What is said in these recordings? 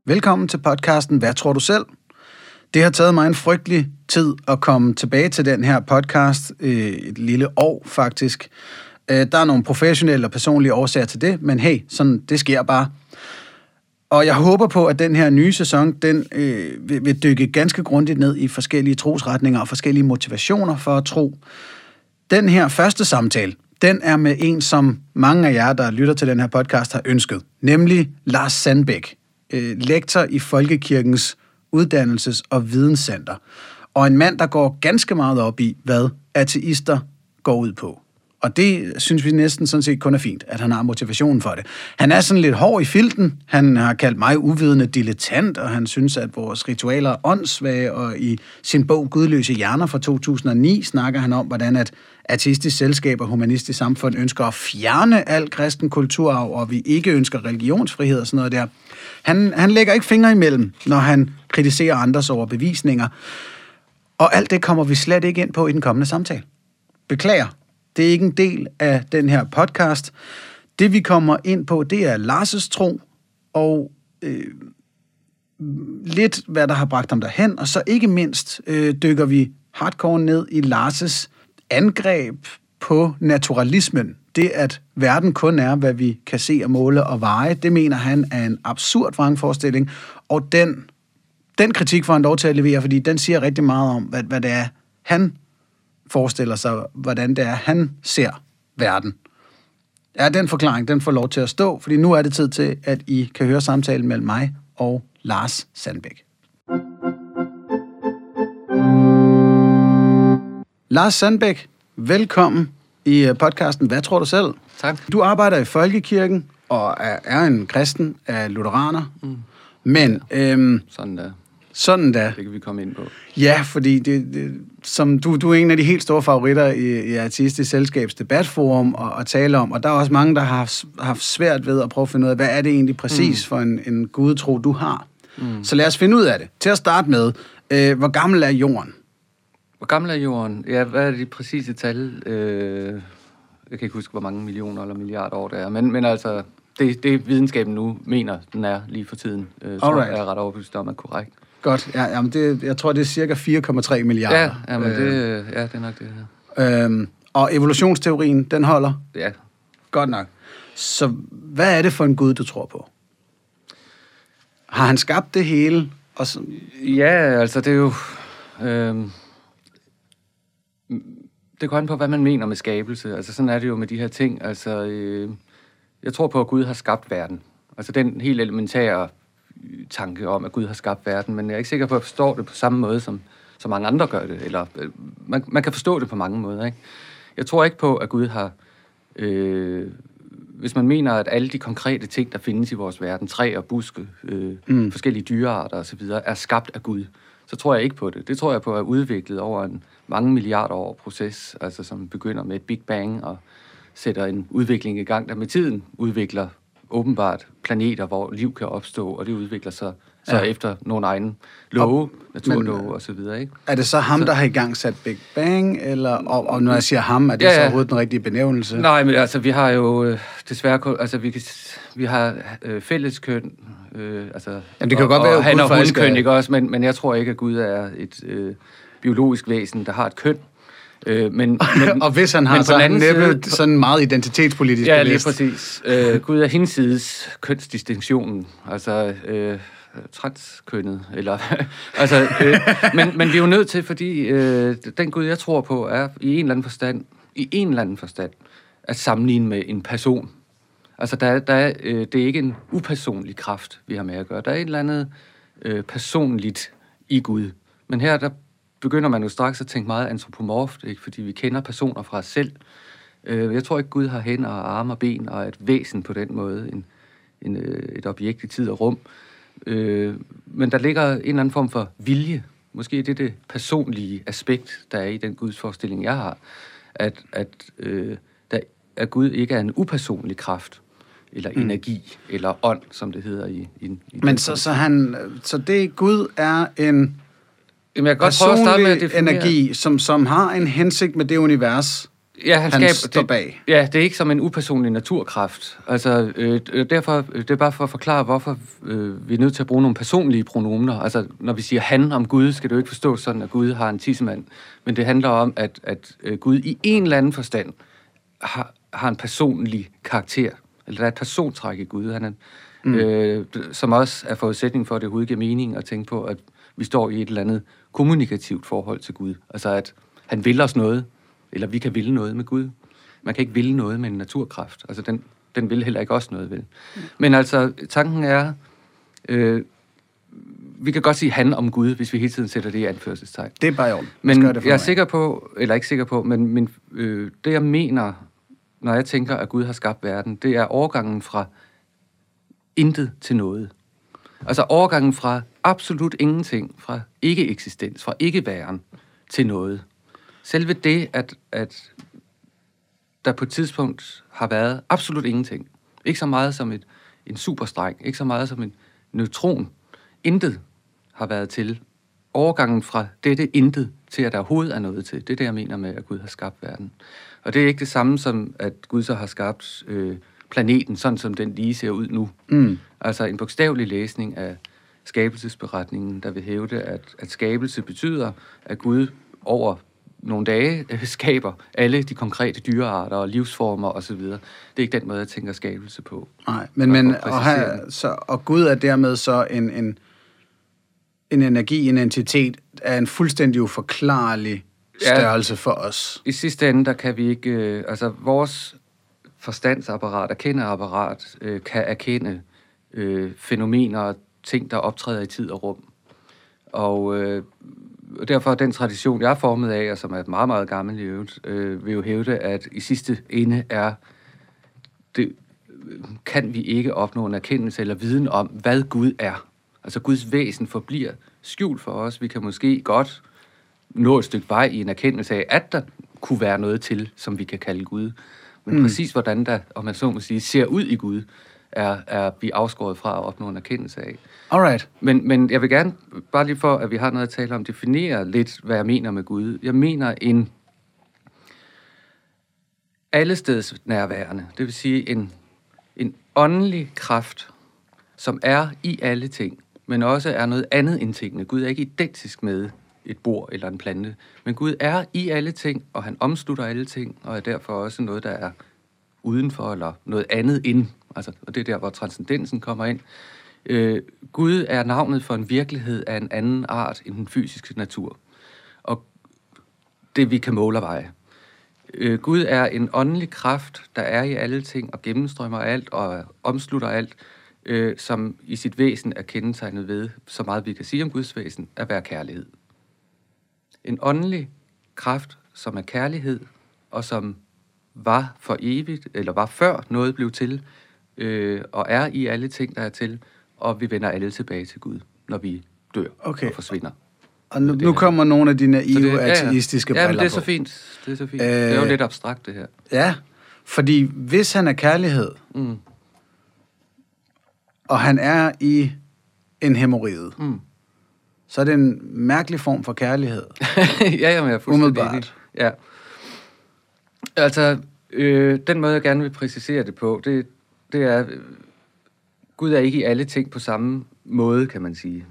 Velkommen til podcasten Hvad tror du selv? Det har taget mig en frygtelig tid at komme tilbage til den her podcast, et lille år faktisk. Der er nogle professionelle og personlige årsager til det, men hey, sådan, det sker bare. Og jeg håber på, at den her nye sæson, den vil dykke ganske grundigt ned i forskellige trosretninger og forskellige motivationer for at tro. Den her første samtale, den er med en, som mange af jer, der lytter til den her podcast, har ønsket. Nemlig Lars Sandbæk, lektor i Folkekirkens Uddannelses- og Videnscenter. Og en mand, der går ganske meget op i, hvad ateister går ud på. Og det synes vi næsten sådan set kun er fint, at han har motivationen for det. Han er sådan lidt hård i filten. Han har kaldt mig uvidende dilettant, og han synes, at vores ritualer er åndssvage. Og i sin bog Gudløse hjerner fra 2009 snakker han om, hvordan at ateistisk selskab og humanistisk samfund ønsker at fjerne al kristen kulturarv, og vi ikke ønsker religionsfrihed og sådan noget der. Han lægger ikke fingre imellem, når han kritiserer andres overbevisninger. Og alt det kommer vi slet ikke ind på i den kommende samtale. Beklager. Det er ikke en del af den her podcast. Det, vi kommer ind på, det er Lars' tro, og lidt, hvad der har bragt ham derhen, og så ikke mindst dykker vi hardcore ned i Lars' angreb på naturalismen. Det, at verden kun er, hvad vi kan se og måle og veje, det mener han er en absurd vrangforestilling, og den kritik får han lov til at levere, fordi den siger rigtig meget om, hvad det er, han forestiller sig, hvordan det er, han ser verden. Ja, den forklaring, den får lov til at stå, fordi nu er det tid til, at I kan høre samtalen mellem mig og Lars Sandbæk. Lars Sandbæk, velkommen i podcasten Hvad tror du selv? Tak. Du arbejder i Folkekirken og er en kristen af lutheraner, men Sådan der. Sådan da. Det kan vi komme ind på. Ja, fordi som du er en af de helt store favoritter i Ateistisk Selskabs debatforum at tale om, og der er også mange, der har haft svært ved at prøve at finde ud af, hvad er det egentlig præcis for en gudetro, du har. Så lad os finde ud af det. Til at starte med, hvor gammel er jorden? Hvor gammel er jorden? Ja, hvad er det præcise tal? Jeg kan ikke huske, hvor mange millioner eller milliarder år det er, men altså, det videnskaben nu mener, den er lige for tiden, tror jeg er ret overbevist om, er korrekt. Godt, ja, jamen jeg tror, det er cirka 4,3 milliarder. Ja, men det er nok det her. Og evolutionsteorien, den holder? Ja. Godt nok. Så hvad er det for en gud, du tror på? Har han skabt det hele? Og så... Ja, altså det er jo... det går an på, hvad man mener med skabelse. Altså sådan er det jo med de her ting. Altså, jeg tror på, at Gud har skabt verden. Altså den helt elementære tanke om, at Gud har skabt verden, men jeg er ikke sikker på, at jeg forstår det på samme måde, som mange andre gør det. Eller man kan forstå det på mange måder, ikke? Jeg tror ikke på, at Gud har... hvis man mener, at alle de konkrete ting, der findes i vores verden, træer, buske, forskellige dyrearter osv., er skabt af Gud, så tror jeg ikke på det. Det tror jeg på er udviklet over en mange milliarder år proces, altså som begynder med et Big Bang og sætter en udvikling i gang, der med tiden udvikler åbenbart planeter, hvor liv kan opstå, og det udvikler sig så efter nogle egne love, naturlove og så videre, ikke? Er det så ham, der har i gang sat Big Bang, eller, og når jeg siger ham, er det så overhovedet den rigtige benævnelse? Nej, men altså, vi har jo desværre, altså vi har fælleskøn, altså... Jamen, det kan godt være, at han og hundkøn, ikke også? Men jeg tror ikke, at Gud er et biologisk væsen, der har et køn. Og hvis han har, så han næppe sådan meget identitetspolitisk bevidst. Ja, lige præcis. Gud er hinsides kønsdistinktionen, altså transkønnet, eller... altså, men vi er jo nødt til, fordi den Gud, jeg tror på, er i en eller anden forstand, at sammenligne med en person. Altså, det er ikke en upersonlig kraft, vi har med at gøre. Der er et eller andet personligt i Gud. Men her, der begynder man jo straks at tænke meget antropomorft, ikke? Fordi vi kender personer fra os selv. Jeg tror ikke, Gud har hænder og arme og ben og et væsen på den måde, et objekt i tid og rum. Men der ligger en eller anden form for vilje. Måske det er det personlige aspekt, der er i den gudsforestilling, jeg har. At Gud ikke er en upersonlig kraft, eller energi, eller ånd, som det hedder i men så det Gud er en jeg kan personlig energi, som har en hensigt med det univers, Ja, han står bag. Ja, det er ikke som en upersonlig naturkraft. Altså, derfor, det er bare for at forklare, hvorfor vi er nødt til at bruge nogle personlige pronomener. Altså, når vi siger han om Gud, skal du ikke forstå sådan, at Gud har en tissemand. Men det handler om, at Gud i en eller anden forstand har en personlig karakter. Eller der er et persontræk i Gud. Han er, som også er forudsætning for, at det overhovedet giver mening at tænke på, at vi står i et eller andet kommunikativt forhold til Gud. Altså, at han vil os noget, eller vi kan ville noget med Gud. Man kan ikke ville noget med en naturkraft. Altså, den vil heller ikke også noget vel. Men altså, tanken er, vi kan godt sige han om Gud, hvis vi hele tiden sætter det i anførselstegn. Det er bare jo. Men jeg er sikker på, eller ikke sikker på, men det jeg mener, når jeg tænker, at Gud har skabt verden, det er overgangen fra intet til noget. Altså overgangen fra absolut ingenting, fra ikke-eksistens, fra ikke-væren til noget. Selve det, at der på et tidspunkt har været absolut ingenting. Ikke så meget som en superstreng, ikke så meget som en neutron. Intet har været til. Overgangen fra dette intet til, at der overhovedet er noget til. Det er det, jeg mener med, at Gud har skabt verden. Og det er ikke det samme som, at Gud så har skabt planeten, sådan som den lige ser ud nu. Altså en bogstavelig læsning af skabelsesberetningen, der vil hævde, at skabelse betyder, at Gud over nogle dage skaber alle de konkrete dyrearter og livsformer osv. Det er ikke den måde, jeg tænker skabelse på. Nej, men og Gud er dermed så en energi, en entitet af en fuldstændig uforklarlig størrelse for os. I sidste ende, der kan vi ikke... altså, vores forstandsapparat, erkendeapparat, kan erkende fænomener og ting, der optræder i tid og rum. Og derfor er den tradition, jeg er formet af, og som er meget, meget gammel i øvrigt, vil jo hævde, at i sidste ende kan vi ikke opnå en erkendelse eller viden om, hvad Gud er. Altså Guds væsen forbliver skjult for os. Vi kan måske godt nå et stykke vej i en erkendelse af, at der kunne være noget til, som vi kan kalde Gud. Men præcis hvordan der, om man så må sige, ser ud i Gud, er vi afskåret fra at opnå en erkendelse af. Alright. Men jeg vil gerne, bare lige for, at vi har noget at tale om, definere lidt, hvad jeg mener med Gud. Jeg mener en allesteds nærværende, det vil sige en åndelig kraft, som er i alle ting, men også er noget andet end tingene. Gud er ikke identisk med et bord eller en plante, men Gud er i alle ting, og han omslutter alle ting, og er derfor også noget, der er udenfor, eller noget andet end. Altså, og det er der, hvor transcendensen kommer ind. Gud er navnet for en virkelighed af en anden art end den fysiske natur. Og det, vi kan måle og veje. Gud er en åndelig kraft, der er i alle ting, og gennemstrømmer alt, og omslutter alt, som i sit væsen er kendetegnet ved, så meget vi kan sige om Guds væsen, at være kærlighed. En åndelig kraft, som er kærlighed, og som var for evigt, eller var før noget blev til, og er i alle ting, der er til, og vi vender alle tilbage til Gud, når vi dør og forsvinder. Og nu kommer nogle af de naive ateistiske briller på. Ja, men det er så fint. Det er så fint. Det er jo lidt abstrakt, det her. Ja, fordi hvis han er kærlighed, og han er i en hæmoride, så er det en mærkelig form for kærlighed. Jeg er fuldstændig enig. Ja. Altså, den måde, jeg gerne vil præcisere det på, det er, Gud er ikke i alle ting på samme måde, kan man sige.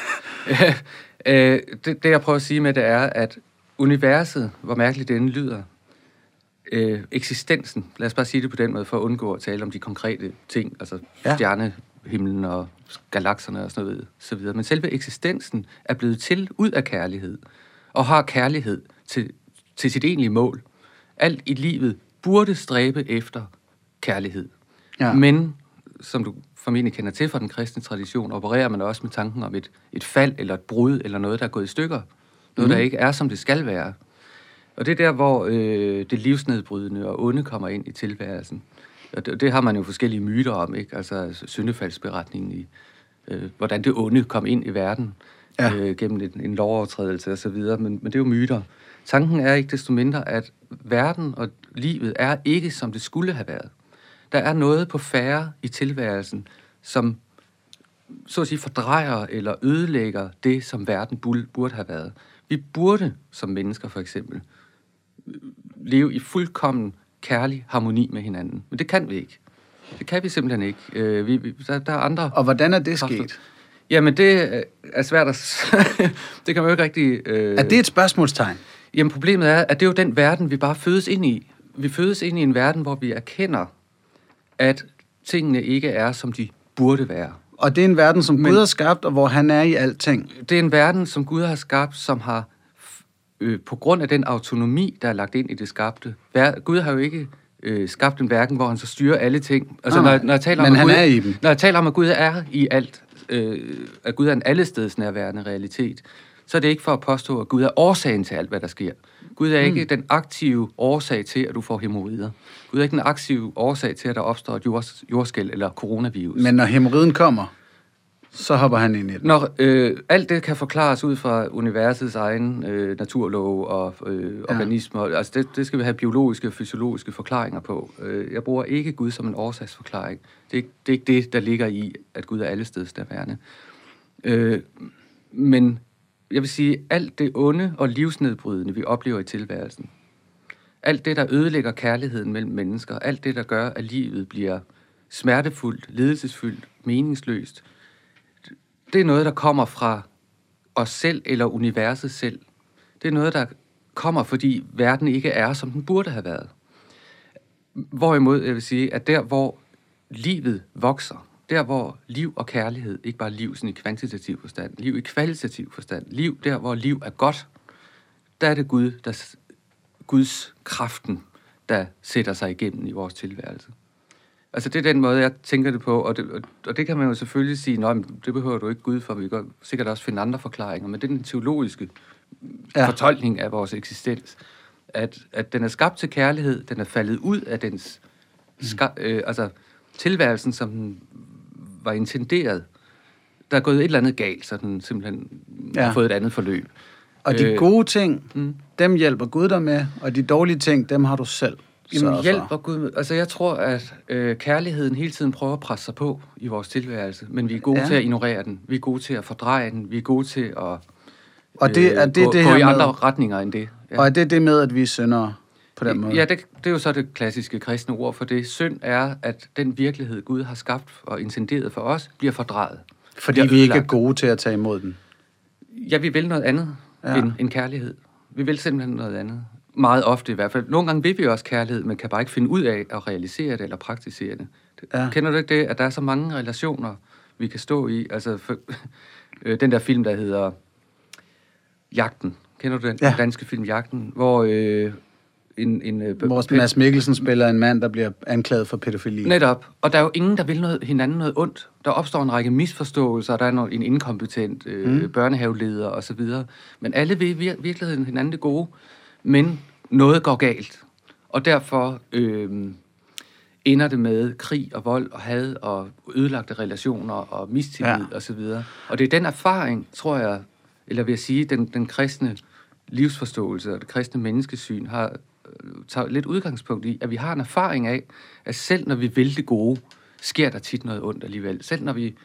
Det, jeg prøver at sige med det er, at universet, hvor mærkeligt det end lyder, eksistensen, lad os bare sige det på den måde, for at undgå at tale om de konkrete ting, altså stjernehimlen og galakserne og sådan noget, så videre. Men selve eksistensen er blevet til ud af kærlighed, og har kærlighed til sit egentlige mål. Alt i livet burde stræbe efter kærlighed. Ja. Men, som du formentlig kender til fra den kristne tradition, opererer man også med tanken om et fald eller et brud, eller noget, der er gået i stykker. Noget, der ikke er, som det skal være. Og det er der, hvor det livsnedbrydende og onde kommer ind i tilværelsen. Og det har man jo forskellige myter om, ikke? Altså syndefaldsberetningen i, hvordan det onde kom ind i verden gennem en lovovertrædelse og så videre. Men det er jo myter. Tanken er ikke desto mindre, at verden og livet er ikke, som det skulle have været. Der er noget på færre i tilværelsen, som så at sige fordrejer eller ødelægger det, som verden burde have været. Vi burde, som mennesker for eksempel, leve i fuldkommen kærlig harmoni med hinanden. Men det kan vi ikke. Det kan vi simpelthen ikke. Der er andre... Og hvordan er det sket? Jamen, det er svært at... det kan man jo ikke rigtig... Er det et spørgsmålstegn? Jamen, problemet er, at det er jo den verden, vi bare fødes ind i. Vi fødes ind i en verden, hvor vi erkender, at tingene ikke er, som de burde være. Og det er en verden, som Gud har skabt, og hvor han er i alting. Det er en verden, som Gud har skabt, som har... på grund af den autonomi, der er lagt ind i det skabte. Gud har jo ikke skabt en verden, hvor han så styrer alle ting. Altså, når jeg taler om, han Gud, er i dem. Når jeg taler om, at Gud er i alt, at Gud er en allestedsnærværende realitet, så er det ikke for at påstå, at Gud er årsagen til alt, hvad der sker. Gud er ikke den aktive årsag til, at du får hæmorrider. Gud er ikke den aktive årsag til, at der opstår et jordskælv eller coronavirus. Men når hæmorriden kommer, så hopper han ind i det. Når alt det kan forklares ud fra universets egen naturlov og organismer, altså det skal vi have biologiske og fysiologiske forklaringer på. Jeg bruger ikke Gud som en årsagsforklaring. Det er ikke det, der ligger i, at Gud er allestedsnærværende. Men jeg vil sige, alt det onde og livsnedbrydende, vi oplever i tilværelsen, alt det, der ødelægger kærligheden mellem mennesker, alt det, der gør, at livet bliver smertefuldt, lidelsesfyldt, meningsløst, det er noget, der kommer fra os selv eller universet selv. Det er noget, der kommer, fordi verden ikke er, som den burde have været. Hvorimod, jeg vil sige, at der, hvor livet vokser, der, hvor liv og kærlighed, ikke bare liv sådan i kvantitativ forstand, liv i kvalitativ forstand, liv der, hvor liv er godt, der er det Guds kraften, der sætter sig igennem i vores tilværelse. Altså, det er den måde, jeg tænker det på, og det kan man jo selvfølgelig sige, nej, det behøver du ikke Gud for, vi kan sikkert også finde andre forklaringer, men det er den teologiske fortolkning af vores eksistens, at den er skabt til kærlighed, den er faldet ud af dens altså tilværelsen, som den var intenderet. Der er gået et eller andet galt, så den simpelthen har fået et andet forløb. Og de gode ting, dem hjælper Gud dig med, og de dårlige ting, dem har du selv. Jamen, hjælper Gud med. Altså, jeg tror, at kærligheden hele tiden prøver at presse sig på i vores tilværelse, men vi er gode til at ignorere den. Vi er gode til at fordreje den. Vi er gode til at og det gå i andre retninger end det. Ja. Og er det med, at vi er syndere på den måde? Ja, det er jo så det klassiske kristne ord for det. Synd er, at den virkelighed, Gud har skabt og intenderet for os, bliver fordrejet. Fordi vi ikke er gode til at tage imod den. Ja, vi vil noget andet end kærlighed. Vi vil simpelthen noget andet. Meget ofte i hvert fald. Nogle gange vil vi også kærlighed, men kan bare ikke finde ud af at realisere det eller praktisere det. Kender du ikke det, at der er så mange relationer, vi kan stå i? Altså, den der film, der hedder Jagten. Kender du den danske film Jagten? Hvor hvor Mads Mikkelsen spiller en mand, der bliver anklaget for pædofili. Netop. Og der er jo ingen, der vil hinanden noget ondt. Der opstår en række misforståelser, der er en inkompetent børnehaveleder osv. Men alle vil virkeligheden hinanden det gode, men noget går galt. Og derfor ender det med krig og vold og had og ødelagte relationer og mistillid osv. Og det er den erfaring, tror jeg, eller vil jeg sige, den kristne livsforståelse og det kristne menneskesyn tager lidt udgangspunkt i, at vi har en erfaring af, at selv når vi vil det gode, sker der tit noget ondt alligevel. Selv når vi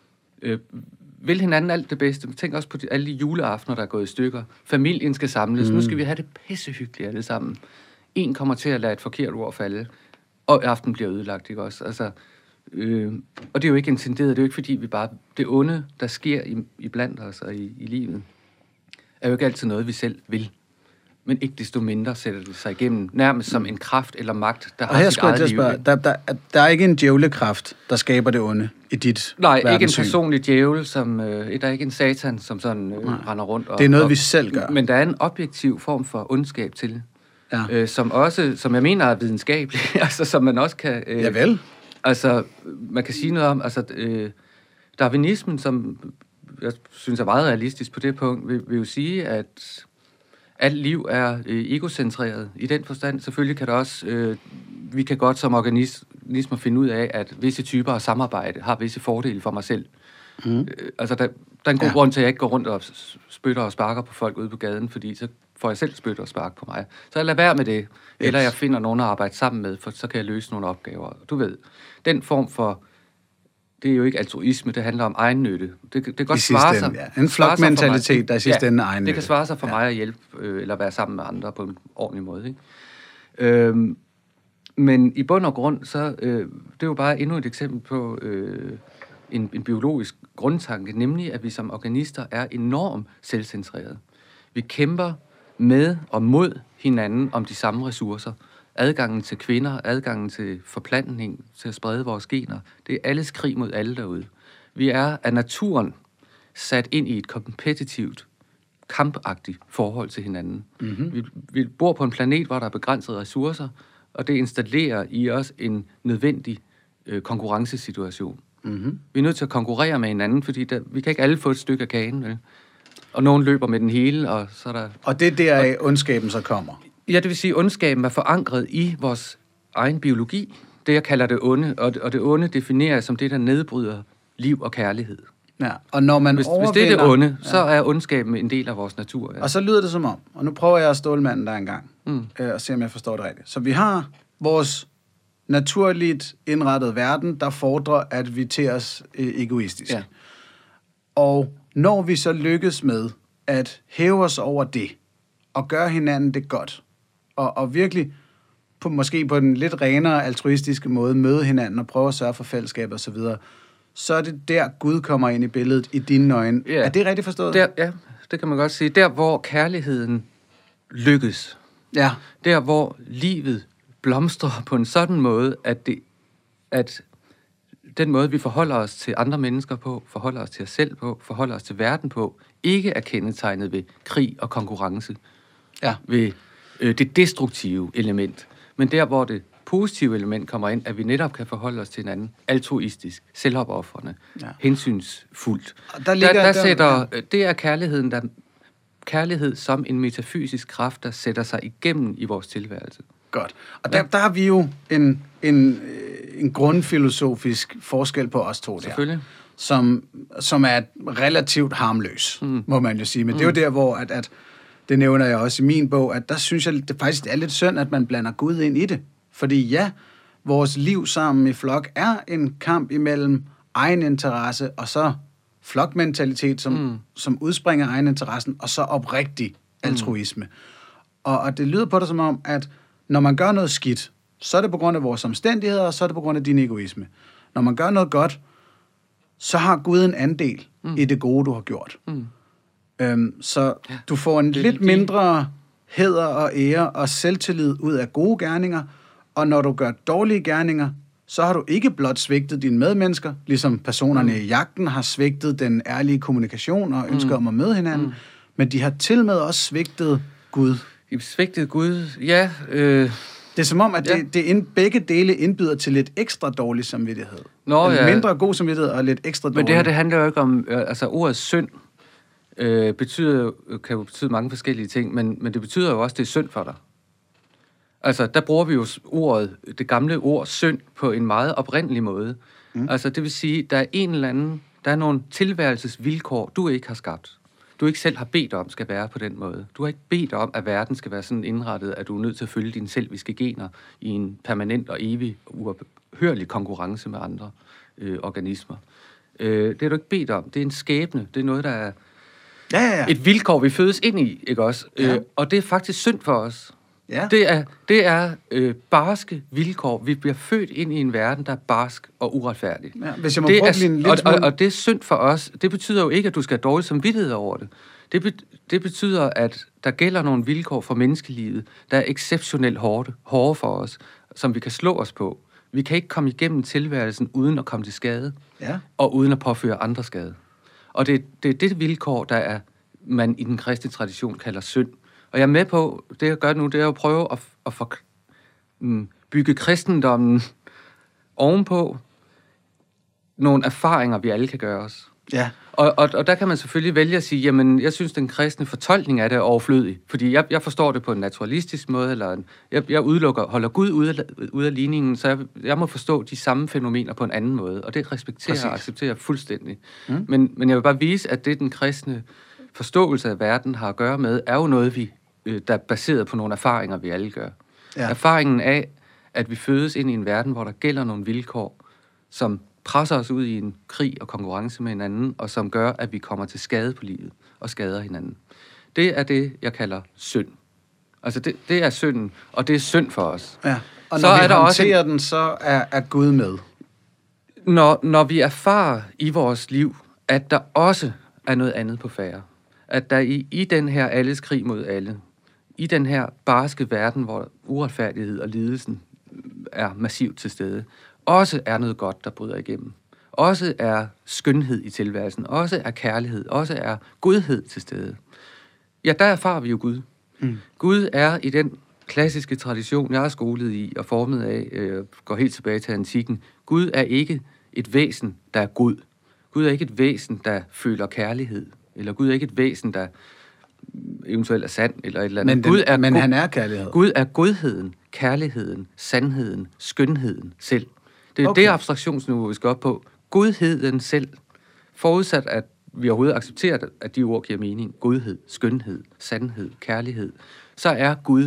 vil hinanden alt det bedste. Tænk også på alle de juleaftener, der er gået i stykker. Familien skal samles. Nu skal vi have det pissehyggeligt alle sammen. En kommer til at lade et forkert ord falde, og aften bliver ødelagt, ikke også? Altså, og det er jo ikke intenderet. Det er jo ikke fordi, vi bare... Det onde, der sker i blandt os og i livet, er jo ikke altid noget, vi selv vil. Men ikke desto mindre sætter det sig igennem, nærmest som en kraft eller magt, der har sit eget liv. Der er ikke en djævlekraft, der skaber det onde i dit Nej, ikke en personlig djævel, der er ikke en satan, som sådan render rundt. Det er noget, vi selv gør. Men der er en objektiv form for ondskab til som jeg mener er videnskabelig, altså som man også kan... Javel. Altså, man kan sige noget om, altså darwinismen, som jeg synes er meget realistisk på det punkt, vil jo sige, at alt liv er egocentreret. I den forstand, selvfølgelig kan det også... vi kan godt som organismer finde ud af, at visse typer af samarbejde har visse fordele for mig selv. Altså, der er en god grund til, at jeg ikke går rundt og spytter og sparker på folk ude på gaden, fordi så får jeg selv spytter og spark på mig. Så jeg lader være med det. Eller jeg finder nogen at arbejde sammen med, for så kan jeg løse nogle opgaver. Du ved, den form for... Det er jo ikke altruisme, det handler om egennytte. Det kan godt svare sig. En flokmentalitet, der i sidste ende er egennytte. Det kan svare sig for mig at hjælpe, eller være sammen med andre på en ordentlig måde. Ikke? Men i bund og grund, så det er jo bare endnu et eksempel på en biologisk grundtanke, nemlig at vi som organister er enormt selvcentrerede. Vi kæmper med og mod hinanden om de samme ressourcer. Adgangen til kvinder, adgangen til forplantning, til at sprede vores gener, det er alles krig mod alle derude. Vi er af naturen sat ind i et kompetitivt, kampagtigt forhold til hinanden. Mm-hmm. Vi bor på en planet, hvor der er begrænsede ressourcer, og det installerer i os en nødvendig konkurrencesituation. Mm-hmm. Vi er nødt til at konkurrere med hinanden, fordi vi kan ikke alle få et stykke af kagen, vel? Og nogen løber med den hele, og så er der... Og det er der, ondskaben så kommer? Ja, det vil sige, at ondskaben er forankret i vores egen biologi. Det, jeg kalder det onde, og det onde definerer jeg som det, der nedbryder liv og kærlighed. Ja, og når man hvis det er det onde, så er ondskaben en del af vores natur. Ja. Og så lyder det som om, og nu prøver jeg at stålmanden der engang, og se om jeg forstår det rigtigt. Så vi har vores naturligt indrettet verden, der fordrer, at vi tager os egoistisk. Ja. Og når vi så lykkes med at hæve os over det, og gøre hinanden det godt, og virkelig måske på den lidt renere altruistiske måde møde hinanden og prøve at sørge for fællesskab og så videre, så er det der, Gud kommer ind i billedet i dine øjne. Ja. Er det rigtigt forstået? Ja, det kan man godt sige. Der, hvor kærligheden lykkes. Ja. Der, hvor livet blomstrer på en sådan måde, at den måde, vi forholder os til andre mennesker på, forholder os til os selv på, forholder os til verden på, ikke er kendetegnet ved krig og konkurrence. Ja. Ved det destruktive element. Men der, hvor det positive element kommer ind, at vi netop kan forholde os til hinanden altruistisk, selvopofrende, hensynsfuldt. Det er kærligheden, kærlighed som en metafysisk kraft, der sætter sig igennem i vores tilværelse. Godt. Og der har vi jo en grundfilosofisk forskel på os to der. Selvfølgelig. Som er relativt harmløs, må man jo sige. Men det er jo der, hvor at det nævner jeg også i min bog, at der synes jeg, det faktisk er lidt synd, at man blander Gud ind i det. Fordi ja, vores liv sammen i flok er en kamp imellem egen interesse og så flokmentalitet, som udspringer egen interessen, og så oprigtig altruisme. Og det lyder på det som om, at når man gør noget skidt, så er det på grund af vores omstændigheder, og så er det på grund af din egoisme. Når man gør noget godt, så har Gud en andel i det gode, du har gjort. Så du får en lidt mindre hæder og ære og selvtillid ud af gode gerninger, og når du gør dårlige gerninger, så har du ikke blot svigtet dine medmennesker, ligesom personerne i jagten har svigtet den ærlige kommunikation og ønsket om at møde hinanden, men de har til med også svigtet Gud. De har svigtet Gud, ja. Det er som om, at begge dele indbyder til lidt ekstra dårlig samvittighed. Mindre god samvittighed og lidt ekstra dårlig. Men det her, det handler jo ikke om, ordet synd kan jo betyde mange forskellige ting, men det betyder jo også, at det er synd for dig. Altså, der bruger vi jo det gamle ord synd på en meget oprindelig måde. Altså, det vil sige, der er nogle tilværelsesvilkår, du ikke har skabt. Du ikke selv har bedt om, skal være på den måde. Du har ikke bedt om, at verden skal være sådan indrettet, at du er nødt til at følge dine selviske gener i en permanent og evig, uophørlig konkurrence med andre organismer. Det har du ikke bedt om. Det er en skæbne. Det er noget, der er et vilkår, vi fødes ind i, ikke også? Ja. Og det er faktisk synd for os. Ja. Det er barske vilkår. Vi bliver født ind i en verden, der er barsk og uretfærdig. Ja, hvis jeg må og det er synd for os. Det betyder jo ikke, at du skal have dårlig samvittighed over det. Det betyder, at der gælder nogle vilkår for menneskelivet, der er exceptionelt hårde for os, som vi kan slå os på. Vi kan ikke komme igennem tilværelsen uden at komme til skade, og uden at påføre andre skade. Og det er det vilkår, man i den kristne tradition kalder synd. Og jeg er med på, det jeg gør nu, det er at prøve at bygge kristendommen ovenpå nogle erfaringer, vi alle kan gøre os. Ja. Og der kan man selvfølgelig vælge at sige, jamen, jeg synes, den kristne fortolkning af det er overflødig. Fordi jeg forstår det på en naturalistisk måde, eller jeg holder Gud ude af ligningen, så jeg må forstå de samme fænomener på en anden måde. Og det respekterer og accepterer fuldstændig. Men jeg vil bare vise, at det den kristne forståelse af verden har at gøre med, er jo noget, der er baseret på nogle erfaringer, vi alle gør. Ja. Erfaringen af, at vi fødes ind i en verden, hvor der gælder nogle vilkår, som presser os ud i en krig og konkurrence med hinanden, og som gør, at vi kommer til skade på livet og skader hinanden. Det er det, jeg kalder synd. Altså det er synden, og det er synd for os. Ja. Og Så når vi er der håndterer også den, så er Gud med. Når vi erfarer i vores liv, at der også er noget andet på færde, at der i den her alles krig mod alle, i den her barske verden, hvor uretfærdighed og lidelsen er massivt til stede, også er noget godt, der bryder igennem. Også er skønhed i tilværelsen, også er kærlighed, også er godhed til stede. Ja, der erfarer vi jo Gud. Gud er i den klassiske tradition, jeg er skolet i og formet af, går helt tilbage til antikken. Gud er ikke et væsen, der er god. Gud er ikke et væsen, der føler kærlighed. Eller Gud er ikke et væsen, der eventuelt er sand, eller et eller andet. Men han er kærlighed. Gud er godheden, kærligheden, sandheden, skønheden selv. Det er det abstraktionsniveau, vi skal op på. Godheden selv. Forudsat, at vi overhovedet accepterer, at de ord giver mening. Godhed, skønhed, sandhed, kærlighed. Så er Gud,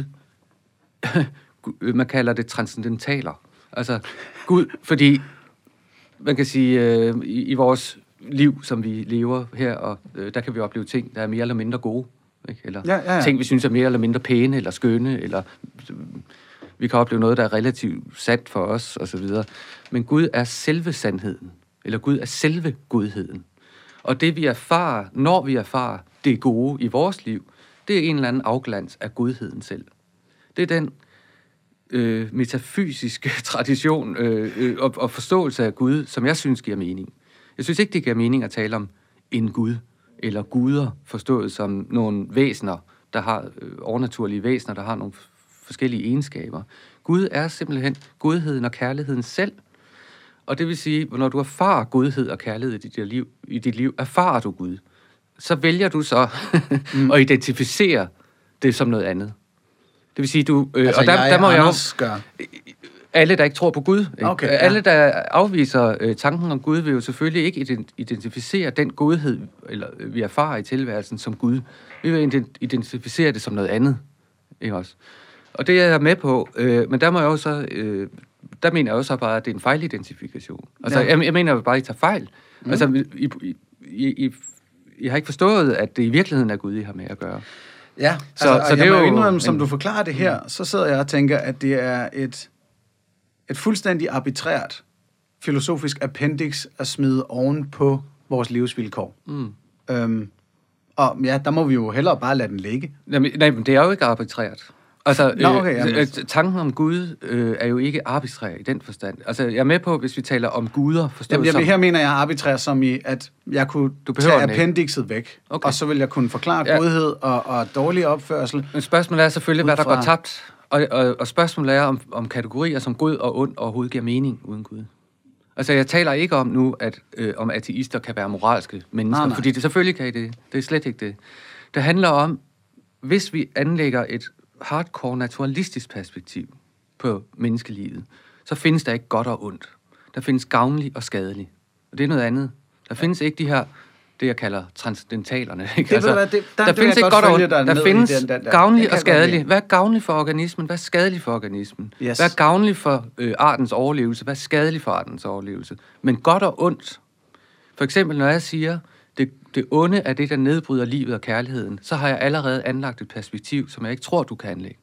man kalder det transcendentaler. Altså Gud, fordi man kan sige, i vores liv, som vi lever her, og der kan vi opleve ting, der er mere eller mindre gode. Ikke? Eller ting, vi synes er mere eller mindre pæne, eller skønne, eller vi kan opleve noget, der er relativt sandt for os, osv. Men Gud er selve sandheden, eller Gud er selve godheden. Og det vi erfarer, når vi erfarer det gode i vores liv, det er en eller anden afglans af godheden selv. Det er den metafysiske tradition og forståelse af Gud, som jeg synes giver mening. Jeg synes ikke, det giver mening at tale om en Gud, eller guder, forstået som nogle væsener, der har overnaturlige væsener, der har nogle forskellige egenskaber. Gud er simpelthen godheden og kærligheden selv. Og det vil sige, når du erfarer godhed og kærlighed i dit liv, erfarer du Gud. Så vælger du så at identificere det som noget andet. Det vil sige, du... Altså, og der må jeg også gøre. Alle, der ikke tror på Gud. Okay, alle, der afviser tanken om Gud, vil jo selvfølgelig ikke identificere den godhed, eller vi erfarer i tilværelsen som Gud. Vi vil identificere det som noget andet. Ikke også? Og det er jeg med på, men der må jeg også... der mener jeg også bare, at det er en fejlidentifikation. Altså, jeg mener jo bare, at I tager fejl. Altså, I har ikke forstået, at det i virkeligheden er Gud, I har med at gøre. Ja, så det er jo indrømme, som du forklarer det her, så sidder jeg og tænker, at det er et fuldstændig arbitrært filosofisk appendix at smide oven på vores livsvilkår. Og ja, der må vi jo hellere bare lade den ligge. Nej, men det er jo ikke arbitrært. Altså, tanken om Gud er jo ikke arbitrær i den forstand. Altså, jeg er med på, hvis vi taler om guder, forstået som... Her mener jeg arbitrær som i, at jeg kunne tage appendixet væk, og så vil jeg kunne forklare godhed og dårlig opførsel. Men spørgsmålet er selvfølgelig, hvad der går tabt. Og spørgsmålet er, om kategorier som god og ond overhovedet giver mening uden Gud. Altså, jeg taler ikke om nu, at om ateister kan være moralske mennesker, fordi det selvfølgelig kan I det. Det er slet ikke det. Det handler om, hvis vi anlægger et hardcore naturalistisk perspektiv på menneskelivet, så findes der ikke godt og ondt. Der findes gavnlig og skadelig. Og det er noget andet. Der findes ikke de her, det jeg kalder transcendentalerne. Der findes ikke godt og ondt. Der findes gavnlig og skadelig. Hvad er gavnlig for organismen? Hvad er skadelig for organismen? Yes. Hvad er gavnlig for artens overlevelse? Hvad er skadelig for artens overlevelse? Men godt og ondt. For eksempel, når jeg siger, det onde er det, der nedbryder livet og kærligheden, så har jeg allerede anlagt et perspektiv, som jeg ikke tror, du kan anlægge.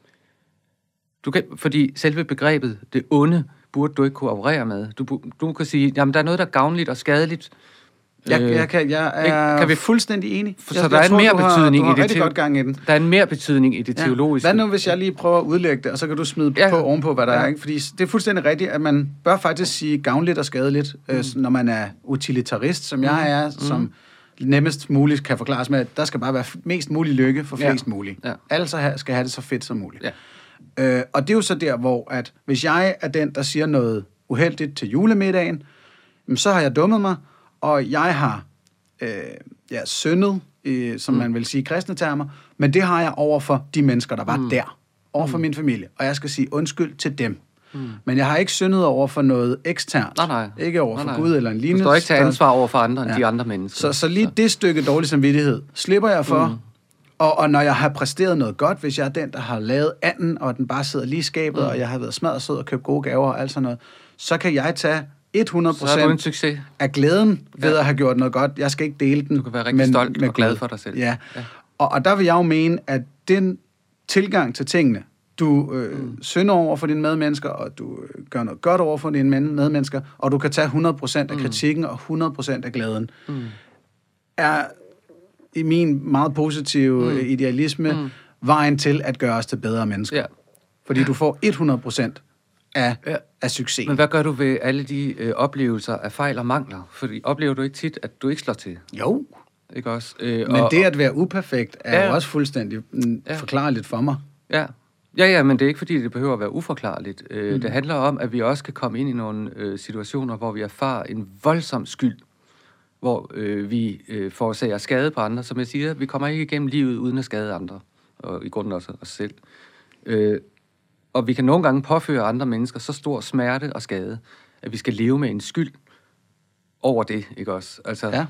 Fordi selve begrebet, det onde, burde du ikke kunne operere med. Du kan sige, jamen der er noget, der er gavnligt og skadeligt. Jeg er vi fuldstændig enig. Så der er en mere betydning i det. Rigtig godt gang i den. Der er en mere betydning i det teologiske. Hvad nu, hvis jeg lige prøver at udlægge det, og så kan du smide på ovenpå, hvad der er, ikke? Fordi det er fuldstændig rigtigt, at man bør faktisk sige gavnligt og skadeligt, når man er utilitarist, som jeg er, som nemmest muligt kan forklares med, at der skal bare være mest mulig lykke for flest muligt. Ja. Alle skal have det så fedt som muligt. Ja. Og det er jo så der, hvor at hvis jeg er den, der siger noget uheldigt til julemiddagen, så har jeg dummet mig, og jeg har syndet, som man vil sige i kristne termer, men det har jeg over for de mennesker, der var der, over for min familie, og jeg skal sige undskyld til dem. Men jeg har ikke syndet over for noget eksternt. Nej. Ikke over for Gud eller en lignende. Du står ikke til ansvar over for andre end de andre mennesker. Så lige det stykke dårlig samvittighed slipper jeg for. Og når jeg har præsteret noget godt, hvis jeg er den, der har lavet anden, og den bare sidder lige i skabet, og jeg har været smadret sød og købt gode gaver og alt sådan noget, så kan jeg tage 100% af glæden ved at have gjort noget godt. Jeg skal ikke dele den. Du kan være rigtig stolt og glad for dig selv. Ja. Og der vil jeg jo mene, at den tilgang til tingene. Du synder over for dine medmennesker, og du gør noget godt over for dine medmennesker, og du kan tage 100% af kritikken og 100% af glæden. Er i min meget positive idealisme vejen til at gøre os til bedre mennesker. Ja. Fordi du får 100% af succes. Men hvad gør du ved alle de oplevelser af fejl og mangler? Fordi oplever du ikke tit, at du ikke slår til? Jo. Ikke også? Men det at være uperfekt er jo også fuldstændig forklarligt for mig. Ja, men det er ikke fordi, det behøver at være uforklarligt. Det handler om, at vi også kan komme ind i nogle situationer, hvor vi erfarer en voldsom skyld, hvor vi forårsager skade på andre. Som jeg siger, vi kommer ikke igennem livet uden at skade andre, og i grunden også os selv. Og vi kan nogle gange påføre andre mennesker så stor smerte og skade, at vi skal leve med en skyld over det, ikke også? Altså,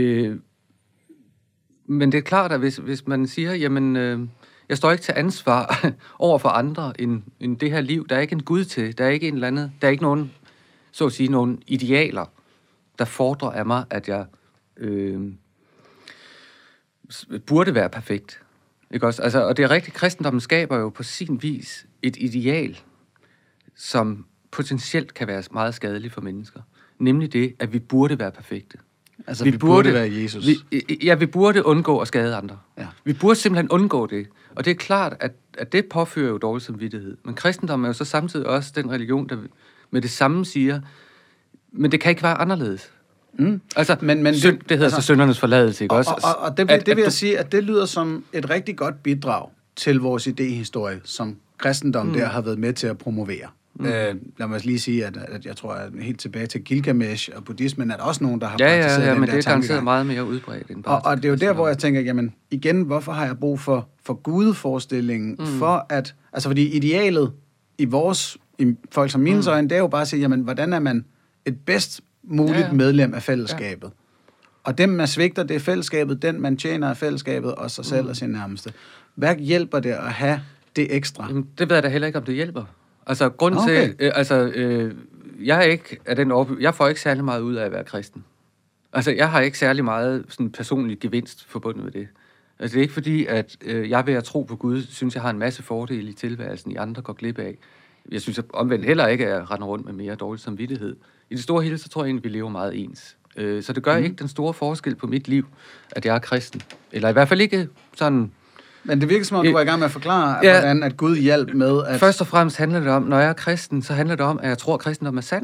men det er klart, at hvis man siger, jamen, jeg står ikke til ansvar over for andre end det her liv. Der er ikke en Gud til. Der er ikke en eller andet. Der er ikke nogen, så at sige, nogen idealer, der fordrer af mig, at jeg burde være perfekt. Ikke også? Altså, og det er rigtigt, kristendommen skaber jo på sin vis et ideal, som potentielt kan være meget skadeligt for mennesker. Nemlig det, at vi burde være perfekte. Altså, vi burde være Jesus. Vi burde undgå at skade andre. Ja. Vi burde simpelthen undgå det. Og det er klart, at det påfører jo dårlig samvittighed. Men kristendommen er jo så samtidig også den religion, der med det samme siger, men det kan ikke være anderledes. Altså, men det hedder så syndernes forladelse, ikke også? Og det vil jeg sige, at det lyder som et rigtig godt bidrag til vores idéhistorie, som kristendom der har været med til at promovere. Lad mig lige sige, at jeg tror, at helt tilbage til Gilgamesh og buddhismen, er der også nogen, der har praktiseret den der men det er garanteret meget mere udbredt end bare. Og det er jo der, hvor jeg tænker, jamen igen, hvorfor har jeg brug for gudeforestillingen? For at, altså fordi idealet i folk som mine øjne, det er jo bare at sige, jamen hvordan er man et bedst muligt medlem af fællesskabet? Og dem, man svigter, det er fællesskabet, den man tjener af fællesskabet og sig selv og sin nærmeste. Hvad hjælper det at have det ekstra? Jamen, det ved jeg da heller ikke, om det hjælper. Altså, grunden til, jeg er ikke af den jeg får ikke særlig meget ud af at være kristen. Altså, jeg har ikke særlig meget sådan personlig gevinst forbundet med det. Altså, det er ikke fordi, at jeg ved at tro på Gud, synes jeg har en masse fordele i tilværelsen, i andre går glip af. Jeg synes omvendt heller ikke, at jeg render rundt med mere dårlig samvittighed. I det store hele, så tror jeg egentlig, vi lever meget ens. Så det gør ikke den store forskel på mit liv, at jeg er kristen. Eller i hvert fald ikke sådan... Men det virker som om, du var i gang med at forklare, hvordan at Gud hjalp med at... Først og fremmest handler det om, når jeg er kristen, så handler det om, at jeg tror, at kristendom er sand.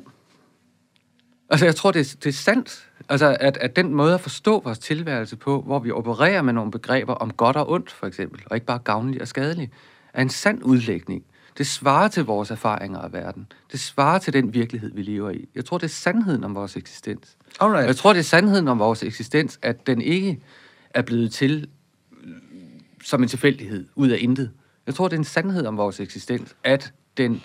Altså, jeg tror, det er sandt. Altså, at den måde at forstå vores tilværelse på, hvor vi opererer med nogle begreber om godt og ondt, for eksempel, og ikke bare gavnlig og skadelig, er en sand udlægning. Det svarer til vores erfaringer af verden. Det svarer til den virkelighed, vi lever i. Jeg tror, det er sandheden om vores eksistens. Alright. Jeg tror, det er sandheden om vores eksistens, at den ikke er blevet til som en tilfældighed, ud af intet. Jeg tror, det er en sandhed om vores eksistens, at den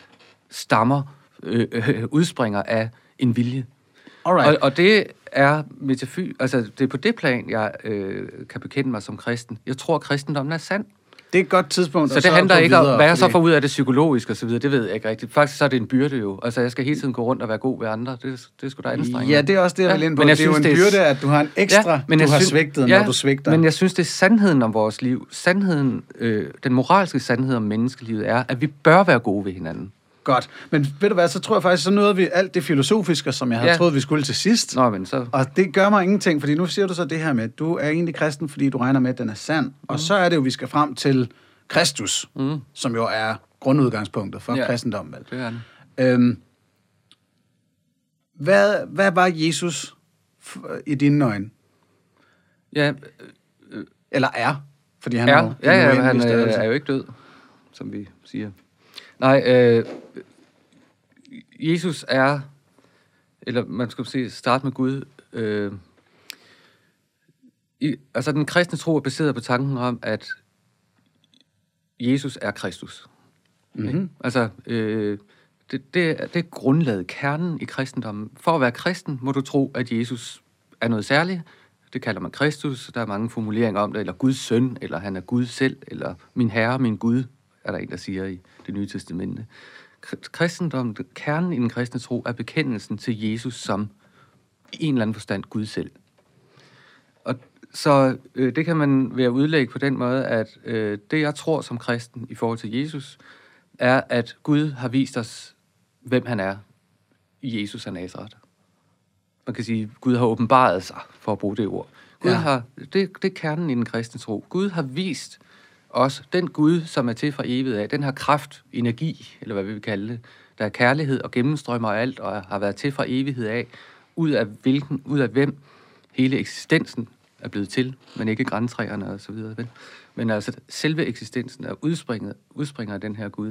udspringer af en vilje. Og det er altså det er på det plan, jeg kan bekende mig som kristen. Jeg tror, at kristendommen er sand. Det er et godt tidspunkt. Så det handler ikke om, hvad jeg så får ud af det psykologiske og så videre, det ved jeg ikke rigtigt. Faktisk så er det en byrde jo. Altså, jeg skal hele tiden gå rundt og være god ved andre. Det skulle da anstrenge. Ja, det er også det, jeg vil ind på. Men det er jo en byrde, at du har en ekstra, du har svigtet, når du svigter. Men jeg synes, det er sandheden om vores liv. Sandheden, den moralske sandhed om menneskelivet er, at vi bør være gode ved hinanden. Godt. Men ved du hvad, så tror jeg faktisk, så nåede vi alt det filosofiske, som jeg havde troet, vi skulle til sidst. Nå, men så... Og det gør mig ingenting, fordi nu siger du så det her med, at du er egentlig kristen, fordi du regner med, at den er sand. Og så er det jo, vi skal frem til Kristus, som jo er grundudgangspunktet for kristendommen. Det er den. Hvad var Jesus i dine øjne? Ja. Eller er? Fordi han han er jo ikke død, som vi siger. Nej, Jesus er, eller man skal starte med Gud. Altså den kristne tro er baseret på tanken om, at Jesus er Kristus. Mm-hmm. Altså, det er grundlaget, kernen i kristendommen. For at være kristen må du tro, at Jesus er noget særligt. Det kalder man Kristus. Der er mange formuleringer om det, eller Guds søn, eller han er Gud selv, eller min herre, min Gud, er der en, der siger i Det Nye Testamente. Kristendom, kernen i den kristne tro, er bekendelsen til Jesus som i en eller anden forstand Gud selv. Og Så det kan man være udlægge på den måde, at det, jeg tror som kristen i forhold til Jesus, er, at Gud har vist os, hvem han er i Jesus af Nazaret. Man kan sige, at Gud har åbenbaret sig, for at bruge det ord. Gud har, det er kernen i den kristne tro. Gud har vist os, den Gud, som er til fra evighed af, den har kraft, energi, eller hvad vi vil kalde det, der er kærlighed og gennemstrømmer alt, og har været til fra evighed af, ud af hvem hele eksistensen er blevet til, men ikke græntræerne og så videre. Men altså, selve eksistensen er udspringer af den her Gud.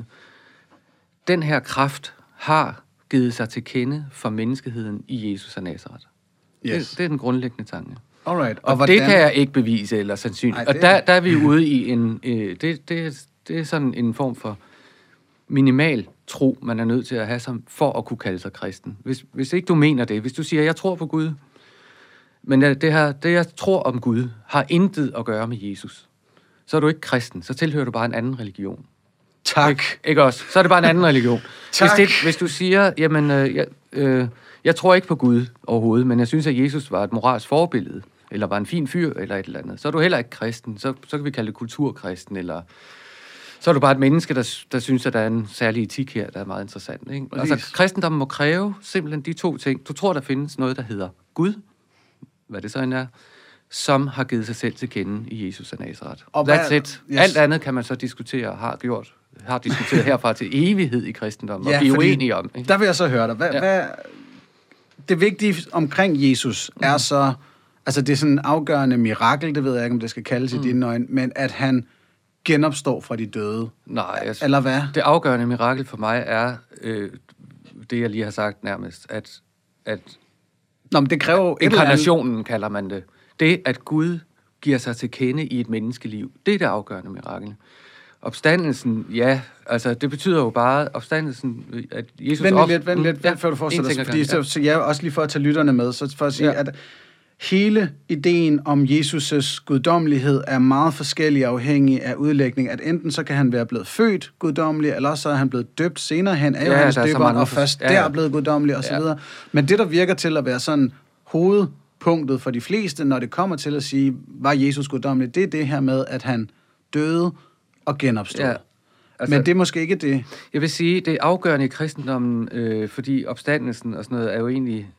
Den her kraft har givet sig til kende for menneskeheden i Jesus af Nazaret. Yes. Det er den grundlæggende tanke. Alright. Og det kan jeg ikke bevise eller sandsynligt. Og der er vi ude i en... Det er sådan en form for minimal tro, man er nødt til at have for at kunne kalde sig kristen. Hvis ikke du mener det, hvis du siger, jeg tror på Gud, men det jeg tror om Gud, har intet at gøre med Jesus, så er du ikke kristen, så tilhører du bare en anden religion. Tak. Ikke også? Så er det bare en anden religion. Tak. Hvis du siger, jamen, jeg tror ikke på Gud overhovedet, men jeg synes, at Jesus var et moralsk forbillede, eller var en fin fyr, eller et eller andet, så er du heller ikke kristen. Så kan vi kalde det kulturkristen, eller så er du bare et menneske, der synes, at der er en særlig etik her, der er meget interessant. Ikke? Altså, kristendommen må kræve simpelthen de to ting. Du tror, der findes noget, der hedder Gud, hvad det så end er, som har givet sig selv til kende i Jesus af Nazaret. That's it. Yes. Alt andet kan man så diskutere og har diskuteret herfra til evighed i kristendommen, og vi er uenige om. Ikke? Der vil jeg så høre dig. Hvad det vigtige omkring Jesus er så, altså det er sådan en afgørende mirakel, det ved jeg ikke, om det skal kaldes i dine øjne, men at han genopstår fra de døde. Nej, eller hvad? Det afgørende mirakel for mig er det, jeg lige har sagt nærmest, at Nå, men det kræver inkarnationen, kalder man det. Det, at Gud giver sig til kende i et menneskeliv, det er det afgørende mirakel. Opstandelsen, ja, altså det betyder jo bare, opstandelsen, at Jesus... Vent lidt, før du fortsætter, fordi så jeg også lige for at tage lytterne med, så for at sige, at hele ideen om Jesus' guddommelighed er meget forskellig afhængig af udlægning, at enten så kan han være blevet født guddommelig, eller så er han blevet døbt senere hen af Johannes døberen, og først der er blevet guddommelig, og så videre. Men det, der virker til at være sådan hovedpunktet for de fleste, når det kommer til at sige, var Jesus guddommelig, det er det her med, at han døde og genopstod. Ja. Altså, men det er måske ikke det. Jeg vil sige, det er afgørende i kristendommen, fordi opstandelsen og sådan noget er jo egentlig...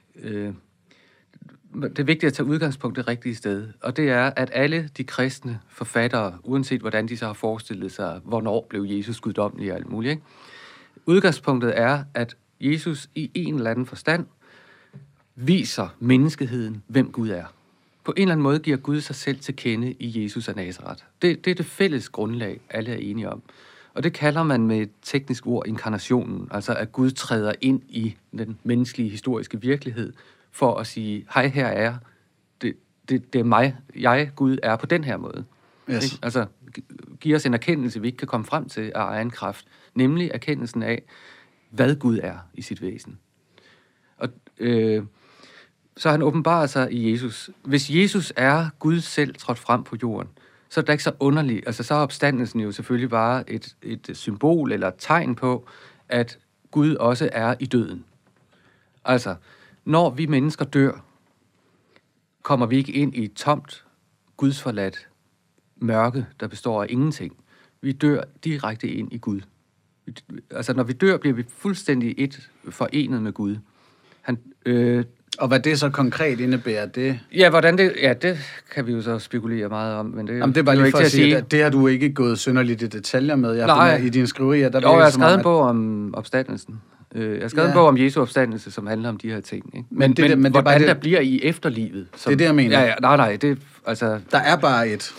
det er vigtigt at tage udgangspunkt det rigtige sted, og det er, at alle de kristne forfattere, uanset hvordan de så har forestillet sig, hvornår blev Jesus guddommelig og alt muligt, ikke? Udgangspunktet er, at Jesus i en eller anden forstand viser menneskeheden, hvem Gud er. På en eller anden måde giver Gud sig selv til kende i Jesus af Nazaret. Det er det fælles grundlag, alle er enige om. Og det kalder man med et teknisk ord inkarnationen, altså at Gud træder ind i den menneskelige historiske virkelighed, for at sige, hej, her er jeg. Det er mig. Jeg, Gud, er på den her måde. Yes. Altså, giver os en erkendelse, vi ikke kan komme frem til af egen kraft. Nemlig erkendelsen af, hvad Gud er i sit væsen. Og så han åbenbarer sig i Jesus. Hvis Jesus er Gud selv trådt frem på jorden, så er det ikke så underligt. Altså, så er opstandelsen jo selvfølgelig bare et symbol eller et tegn på, at Gud også er i døden. Altså, når vi mennesker dør, kommer vi ikke ind i et tomt, gudsforladt mørke, der består af ingenting. Vi dør direkte ind i Gud. Altså, når vi dør, bliver vi fuldstændig forenet med Gud. Og hvad det så konkret indebærer, det... Ja, det kan vi jo så spekulere meget om, men det... Jamen, det er bare lige for at sige, at det har du ikke gået synderligt i detaljer med. I dine skriverier, der... Jeg har skrevet en bog om opstandelsen. Jeg har skrevet en bog om Jesu opstandelse, som handler om de her ting. Ikke? Men hvordan der bliver i efterlivet. Som, det er det, jeg mener. Ja, nej, det altså... Der er bare et...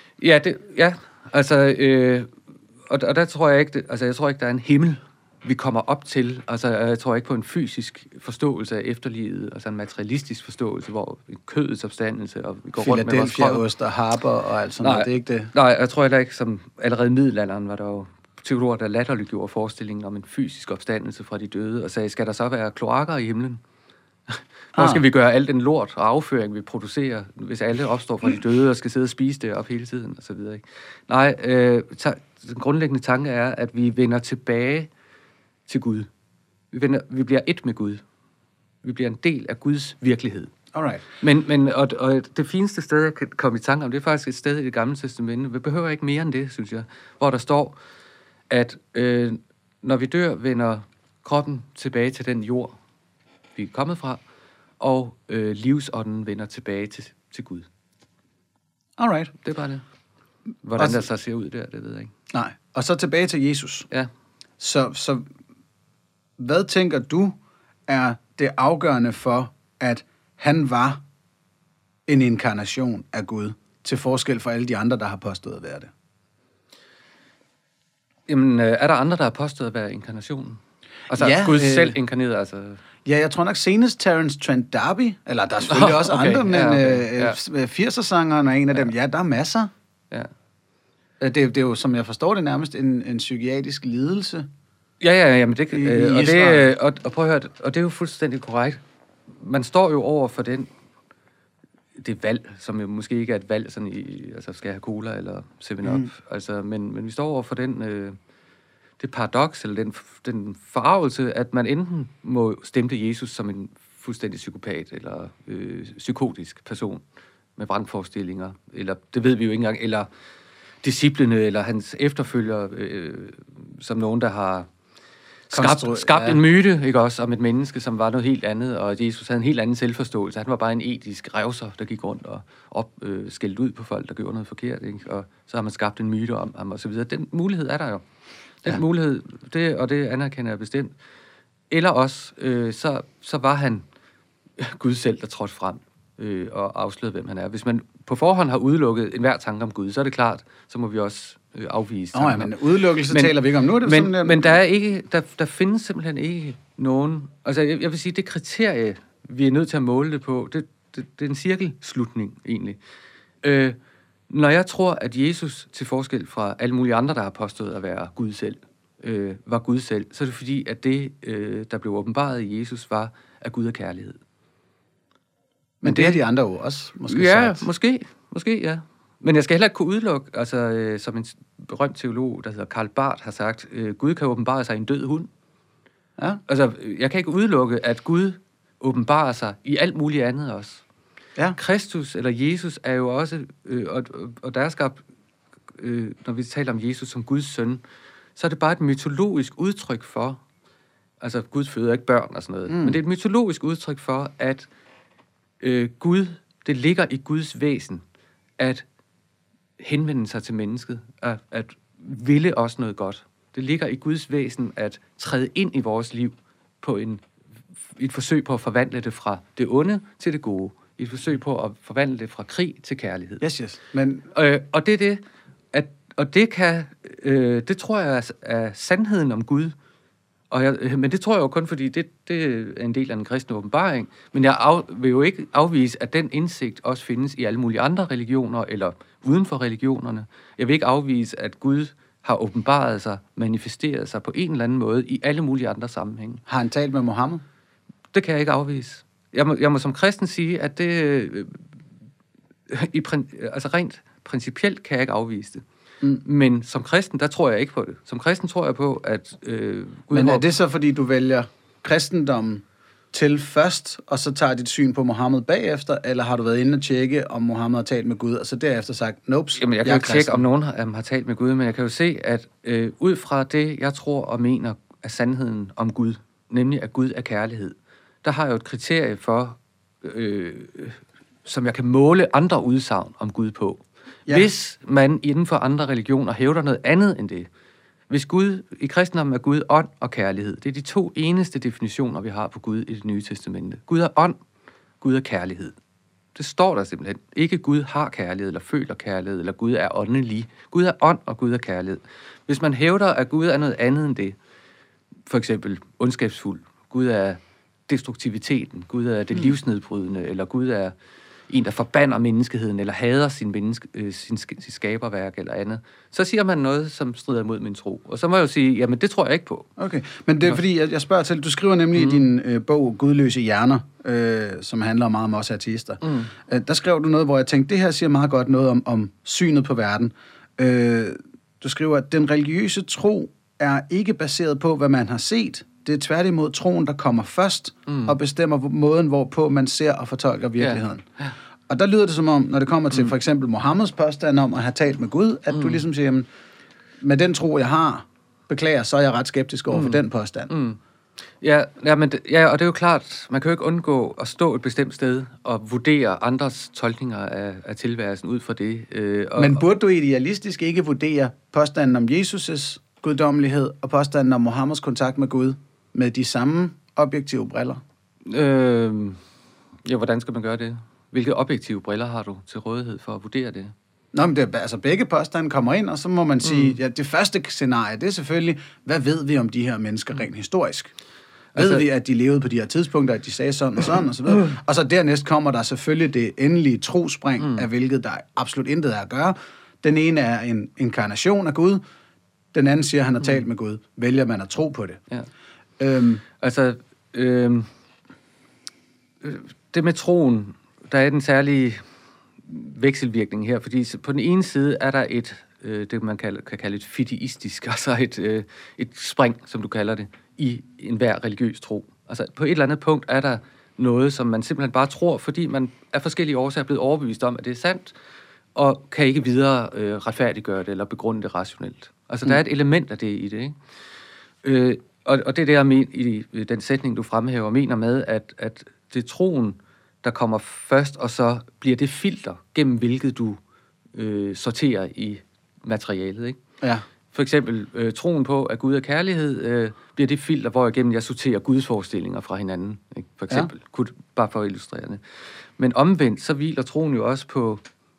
Og der tror jeg ikke, jeg tror ikke, der er en himmel, vi kommer op til. Altså, jeg tror ikke på en fysisk forståelse af efterlivet, altså en materialistisk forståelse, hvor kødets opstandelse, og vi går rundt med vores Philadelphia-ost og harper og alt sådan noget, det er ikke det? Nej, jeg tror heller ikke, som allerede i middelalderen var der jo teologer, der latterliggjorde forestillingen om en fysisk opstandelse fra de døde, og sagde, skal der så være kloakker i himlen? Hvor skal vi gøre al den lort og afføring, vi producerer, hvis alle opstår fra de døde og skal sidde og spise det op hele tiden, og så videre, ikke? Nej, den grundlæggende tanke er, at vi vender tilbage til Gud. Vi bliver et med Gud. Vi bliver en del af Guds virkelighed. Alright. Men det fineste sted, jeg kan komme i tanke om, det er faktisk et sted i Det Gamle Testamente. Vi behøver ikke mere end det, synes jeg. Hvor der står, at når vi dør, vender kroppen tilbage til den jord, vi er kommet fra, og livsånden vender tilbage til Gud. Alright. Det er bare det. Hvordan der så ser ud der, det ved jeg ikke. Nej. Og så tilbage til Jesus. Ja. Så hvad tænker du er det afgørende for, at han var en inkarnation af Gud, til forskel fra alle de andre, der har påstået at være det? Jamen, er der andre, der har påstået at være inkarnationen? Altså, Ja, Gud selv inkarneret, altså... Ja, jeg tror nok senest Terence Trent D'Arby, eller der er selvfølgelig også andre, men 80'er-sangeren er en af dem. Ja, der er masser. Ja. Det er jo, som jeg forstår det, nærmest en psykiatrisk lidelse. Ja, men det, og prøv at høre, og det er jo fuldstændig korrekt. Man står jo over for det valg, som jo måske ikke er et valg, sådan altså skal jeg have cola eller 7-Up, altså, men vi står over for det paradoks, eller den forarvelse, at man enten må stemple Jesus som en fuldstændig psykopat, eller psykotisk person med vrangforestillinger, eller det ved vi jo ikke engang, eller disciplene, eller hans efterfølgere, som nogen, der har skabt en myte, ikke også, om et menneske, som var noget helt andet, og Jesus havde en helt anden selvforståelse. Han var bare en etisk revser, der gik rundt og skældte ud på folk, der gjorde noget forkert, ikke? Og så har man skabt en myte om ham, og så videre. Den mulighed er der jo. Den mulighed, det anerkender jeg bestemt. Eller også, så var han Gud selv, der trådte frem og afslørede, hvem han er. Hvis man på forhånd har udelukket enhver tanke om Gud, så er det klart, så må vi også afvise. Men udelukkelse taler vi ikke om nu. Men der findes simpelthen ikke nogen... Altså, jeg vil sige, det kriterie, vi er nødt til at måle det på, det er en cirkelslutning, egentlig. Når jeg tror, at Jesus, til forskel fra alle mulige andre, der har påstået at være Gud selv, var Gud selv, så er det fordi, at det, der blev åbenbaret i Jesus, var, at Gud er kærlighed. Men det har de andre jo også måske sagt. Ja, måske, ja. Men jeg skal heller ikke kunne udelukke, altså som en berømt teolog, der hedder Karl Barth, har sagt, Gud kan åbenbare sig i en død hund. Ja. Altså, jeg kan ikke udelukke, at Gud åbenbarer sig i alt muligt andet også. Ja. Kristus eller Jesus er jo også, og der er skabt, når vi taler om Jesus som Guds søn, så er det bare et mytologisk udtryk for, altså Gud føder ikke børn og sådan noget, men det er et mytologisk udtryk for, at Gud, det ligger i Guds væsen, at henvende sig til mennesket, at ville os noget godt. Det ligger i Guds væsen at træde ind i vores liv på et forsøg på at forvandle det fra det onde til det gode. Et forsøg på at forvandle det fra krig til kærlighed. Yes. Men... Og det er det, og det tror jeg er sandheden om Gud. Men det tror jeg jo kun, fordi det er en del af den kristne åbenbaring. Men jeg vil jo ikke afvise, at den indsigt også findes i alle mulige andre religioner, eller uden for religionerne. Jeg vil ikke afvise, at Gud har åbenbaret sig, manifesteret sig på en eller anden måde i alle mulige andre sammenhænge. Har han talt med Mohammed? Det kan jeg ikke afvise. Jeg må som kristen sige, at det altså rent principielt kan jeg ikke afvise det. Men som kristen, der tror jeg ikke på det. Som kristen tror jeg på, at Gud... Men er det så, fordi du vælger kristendommen til først, og så tager dit syn på Mohammed bagefter, eller har du været inde og tjekke, om Mohammed har talt med Gud, og så derefter sagt, nope, Jamen, jeg kan jo ikke tjekke, om nogen har talt med Gud, men jeg kan jo se, at ud fra det, jeg tror og mener, er sandheden om Gud, nemlig at Gud er kærlighed, der har jeg jo et kriterie for, som jeg kan måle andre udsagn om Gud på. Ja. Hvis man inden for andre religioner hævder noget andet end det, hvis Gud, i kristendommen er Gud ånd og kærlighed, det er de to eneste definitioner, vi har på Gud i det nye testamente. Gud er ånd, Gud er kærlighed. Det står der simpelthen. Ikke Gud har kærlighed, eller føler kærlighed, eller Gud er åndelig. Gud er ånd, og Gud er kærlighed. Hvis man hævder, at Gud er noget andet end det, for eksempel ondskabsfuld, Gud er destruktiviteten, Gud er det livsnedbrydende, eller Gud er en, der forbander menneskeheden, eller hader sin skaberværk, eller andet, så siger man noget, som strider imod min tro. Og så må jeg jo sige, jamen det tror jeg ikke på. Okay, men det er fordi, jeg spørger til, du skriver nemlig i din bog, Gudløse hjerner, som handler meget om os ateister. Der skrev du noget, hvor jeg tænkte, det her siger meget godt noget om synet på verden. Du skriver, at den religiøse tro er ikke baseret på, hvad man har set, Det er tværtimod troen, der kommer først og bestemmer måden, hvorpå man ser og fortolker virkeligheden. Ja. Og der lyder det som om, når det kommer til for eksempel Mohammeds påstand om at have talt med Gud, at du ligesom siger, jamen, med den tro, jeg har, beklager, så er jeg ret skeptisk over for den påstand. Ja, og det er jo klart, man kan jo ikke undgå at stå et bestemt sted og vurdere andres tolkninger af tilværelsen ud fra det. Men burde du idealistisk ikke vurdere påstanden om Jesus' guddommelighed og påstanden om Mohammeds kontakt med Gud med de samme objektive briller? Ja, hvordan skal man gøre det? Hvilke objektive briller har du til rådighed for at vurdere det? Nå, men altså begge påstande kommer ind, og så må man sige, ja, det første scenarie, det er selvfølgelig, hvad ved vi om de her mennesker rent historisk? Ved vi, at de levede på de her tidspunkter, at de sagde sådan og sådan og så videre? Og så dernæst kommer der selvfølgelig det endelige trospring, af hvilket der absolut intet er at gøre. Den ene er en inkarnation af Gud, den anden siger, at han har talt med Gud. Vælger man at tro på det? Ja. Det med troen, der er den særlige vekselvirkning her, fordi på den ene side er der det man kan kalde et fideistisk, altså et spring, som du kalder det, i enhver religiøs tro. Altså på et eller andet punkt er der noget, som man simpelthen bare tror, fordi man af forskellige årsager er blevet overbevist om, at det er sandt, og kan ikke videre retfærdiggøre det eller begrunde det rationelt. Altså der er et element af det i det, ikke? Og det er det, jeg mener i den sætning, du fremhæver, mener med, at det er troen, der kommer først, og så bliver det filter, gennem hvilket du sorterer i materialet, ikke? Ja. For eksempel troen på, at Gud er kærlighed, bliver det filter, hvor igennem jeg sorterer Guds forestillinger fra hinanden, ikke? For eksempel, bare for at illustrere det. Men omvendt, så hviler troen jo også på...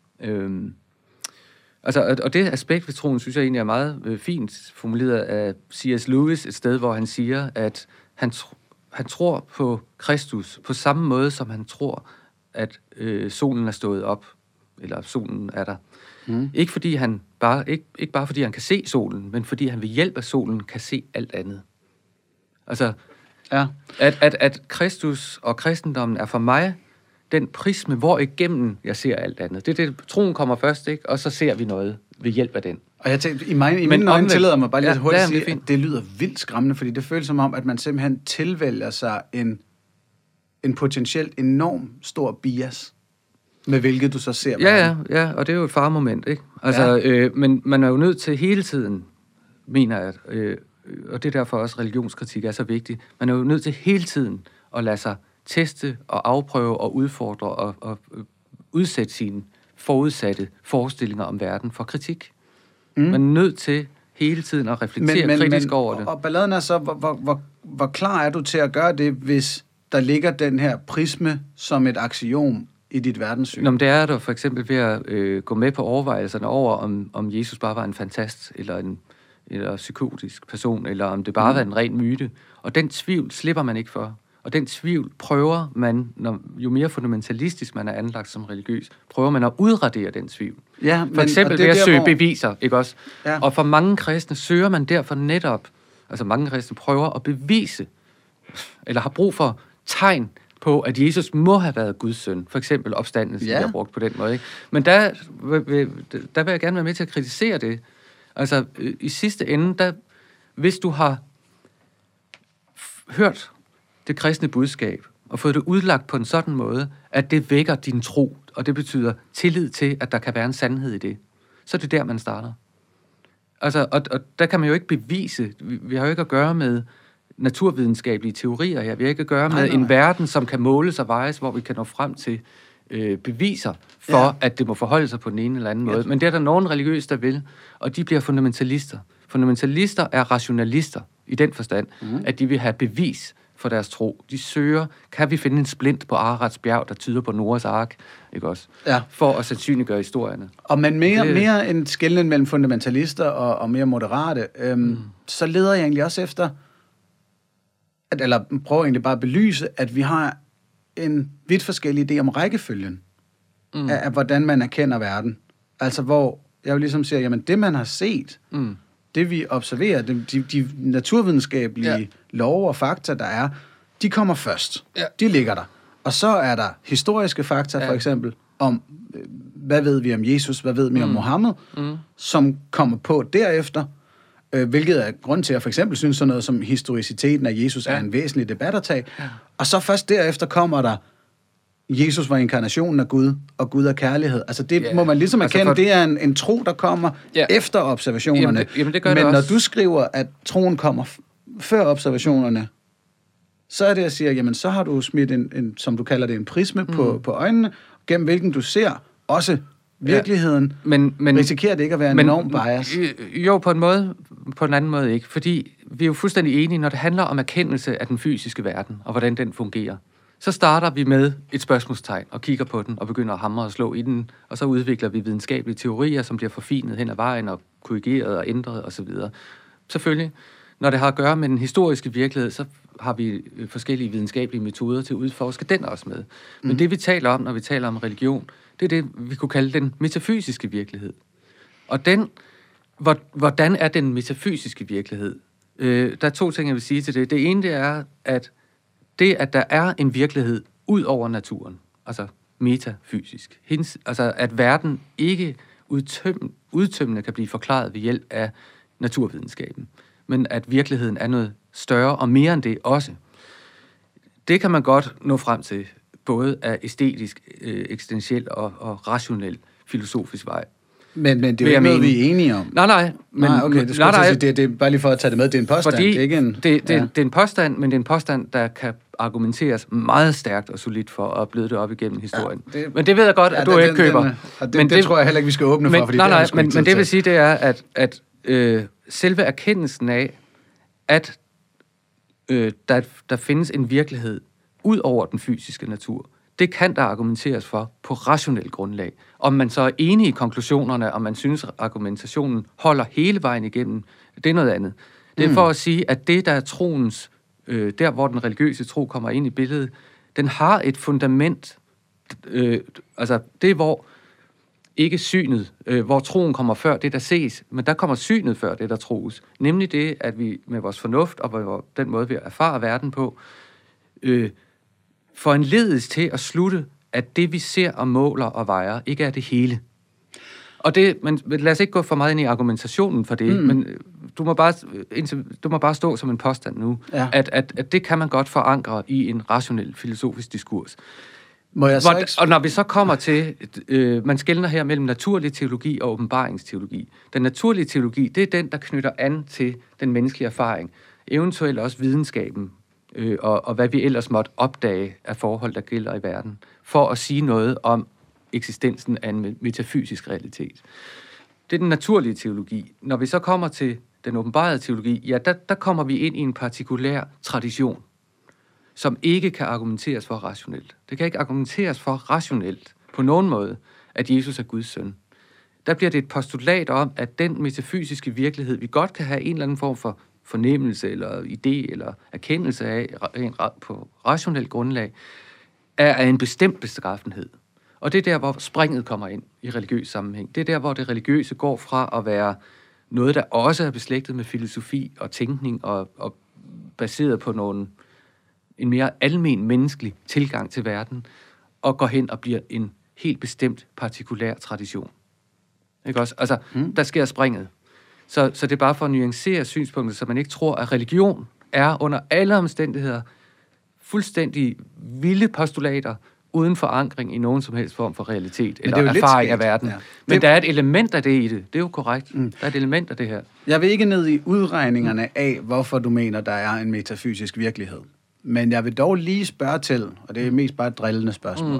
og det aspekt ved troen, synes jeg egentlig er meget fint formuleret af C.S. Lewis, et sted, hvor han siger, at han tror på Kristus på samme måde, som han tror, at solen er stået op, eller solen er der. Ikke fordi han ikke bare fordi han kan se solen, men fordi han ved hjælp af solen kan se alt andet. Altså, at Kristus og kristendommen er for mig den prisme, hvor igennem jeg ser alt andet. Det er det, troen kommer først, ikke? Og så ser vi noget ved hjælp af den. Og jeg tænkte, i mine øjne tillader mig bare lige hurtigt at sige, at det lyder vildt skræmmende, fordi det føles som om, at man simpelthen tilvælger sig en potentielt enorm stor bias, med hvilket du så ser. Ja, og det er jo et faremoment, ikke? Altså, men man er jo nødt til hele tiden, mener jeg, og det er derfor også religionskritik er så vigtig, man er jo nødt til hele tiden at lade sig teste og afprøve og udfordre og udsætte sine forudsatte forestillinger om verden for kritik. Man er nødt til hele tiden at reflektere kritisk over det. Og balladen er så, hvor klar er du til at gøre det, hvis der ligger den her prisme som et aksiom i dit verdenssyn? Nå, men det er der for eksempel ved at gå med på overvejelserne over, om Jesus bare var en fantast, eller psykotisk person, eller om det bare var en ren myte. Og den tvivl slipper man ikke for. Og den tvivl prøver man, jo mere fundamentalistisk man er anlagt som religiøs, prøver man at udradere den tvivl. Ja, for eksempel ved at søge beviser, ikke også? Ja. Og for mange kristne søger man derfor netop, altså mange kristne prøver at bevise, eller har brug for tegn på, at Jesus må have været Guds søn. For eksempel opstandelsen, der er brugt på den måde. Ikke? Men der vil jeg gerne være med til at kritisere det. Altså, i sidste ende, hvis du har hørt det kristne budskab, og fået det udlagt på en sådan måde, at det vækker din tro, og det betyder tillid til, at der kan være en sandhed i det, så er det der, man starter. Altså, og der kan man jo ikke bevise, vi har jo ikke at gøre med naturvidenskabelige teorier her, vi har ikke at gøre med en verden, som kan måles og vejes, hvor vi kan nå frem til beviser for, at det må forholde sig på den ene eller anden måde. Men det er der nogen religiøse, der vil, og de bliver fundamentalister. Fundamentalister er rationalister i den forstand, at de vil have bevis for deres tro. De søger, kan vi finde en splint på Ararats bjerg, der tyder på Noahs ark, ikke også? Ja. For at sandsynliggøre historierne. Og men mere end skelnen mellem fundamentalister og mere moderate, så leder jeg egentlig også efter, eller prøver egentlig bare at belyse, at vi har en vidt forskellig idé om rækkefølgen af hvordan man erkender verden. Altså hvor jeg jo ligesom siger, jamen det man har set, det vi observerer, de naturvidenskabelige love og fakta, der er, de kommer først. Ja. De ligger der. Og så er der historiske fakta, for eksempel, om, hvad ved vi om Jesus, hvad ved vi om Mohammed, som kommer på derefter. hvilket er grund til at for eksempel synes sådan noget som historiciteten af Jesus er en væsentlig debat at tage. Og så først derefter kommer der, Jesus var inkarnationen af Gud, og Gud er kærlighed. Altså det må man ligesom erkende, det er en tro, der kommer efter observationerne. Jamen, det gør men det når også. du skriver, at troen kommer før observationerne, så er det, jeg siger, jamen så har du smidt en som du kalder det, en prisme på øjnene, gennem hvilken du ser også virkeligheden. Men risikerer det ikke at være en enorm bias? Jo, på en måde. På en anden måde ikke. Fordi vi er jo fuldstændig enige, når det handler om erkendelse af den fysiske verden, og hvordan den fungerer. Så starter vi med et spørgsmålstegn og kigger på den og begynder at hamre og slå i den, og så udvikler vi videnskabelige teorier, som bliver forfinet hen ad vejen og korrigeret og ændret osv. Selvfølgelig, når det har at gøre med den historiske virkelighed, så har vi forskellige videnskabelige metoder til at udforske den også med. Men det vi taler om, når vi taler om religion, det er det, vi kunne kalde den metafysiske virkelighed. Og den, hvordan er den metafysiske virkelighed? Der er 2 ting, jeg vil sige til det. Det ene, det er, at der er en virkelighed ud over naturen, altså metafysisk. Altså at verden ikke udtømmende kan blive forklaret ved hjælp af naturvidenskaben, men at virkeligheden er noget større og mere end det også. Det kan man godt nå frem til, både af æstetisk, eksistentiel og rationel filosofisk vej. Men det er jo ikke noget, vi er enige om. Nej. Okay, det er bare lige for at tage det med. Det er en påstand, fordi det er ikke en... Det er en påstand, men det er en påstand, der kan argumenteres meget stærkt og solidt for at bløde det op igennem historien. Men det ved jeg godt, at du ikke køber. Men det tror jeg heller ikke, vi skal åbne for, fordi men det vil sige, det er, at selve erkendelsen af, at der findes en virkelighed ud over den fysiske natur, det kan der argumenteres for på rationelt grundlag. Om man så er enig i konklusionerne, og man synes, at argumentationen holder hele vejen igennem, det er noget andet. Det er for at sige, at det, der er troens, der hvor den religiøse tro kommer ind i billedet, den har et fundament, altså det hvor ikke synet, hvor troen kommer før det, der ses, men der kommer synet før det, der troes. Nemlig det, at vi med vores fornuft og den måde, vi erfarer verden på, får en ledes til at slutte, at det, vi ser og måler og vejer, ikke er det hele. Men lad os ikke gå for meget ind i argumentationen for det, men du må bare stå som en påstand nu, at det kan man godt forankre i en rationel filosofisk diskurs. Og når vi så kommer til, man skelner her mellem naturlig teologi og åbenbaringsteologi. Den naturlige teologi, det er den, der knytter an til den menneskelige erfaring, eventuelt også videnskaben, og hvad vi ellers måtte opdage af forhold, der gælder i verden, for at sige noget om eksistensen af en metafysisk realitet. Det er den naturlige teologi. Når vi så kommer til den åbenbarede teologi, ja, der kommer vi ind i en partikulær tradition, som ikke kan argumenteres for rationelt. Det kan ikke argumenteres for rationelt på nogen måde, at Jesus er Guds søn. Der bliver det et postulat om, at den metafysiske virkelighed, vi godt kan have en eller anden form for fornemmelse eller idé eller erkendelse af på rationelt grundlag, er af en bestemt beskaffenhed. Og det er der, hvor springet kommer ind i religiøs sammenhæng. Det er der, hvor det religiøse går fra at være noget, der også er beslægtet med filosofi og tænkning og baseret på en mere almen menneskelig tilgang til verden, og går hen og bliver en helt bestemt partikulær tradition. Ikke også? Altså, der sker springet. Så det er bare for at nuancere synspunktet, så man ikke tror, at religion er under alle omstændigheder fuldstændig vilde postulater, uden forankring i nogen som helst form for realitet eller erfaring af verden. Ja. Men der er et element af det i det. Det er jo korrekt. Der er et element af det her. Jeg vil ikke ned i udregningerne af, hvorfor du mener, der er en metafysisk virkelighed. Men jeg vil dog lige spørge til, og det er mest bare et drillende spørgsmål.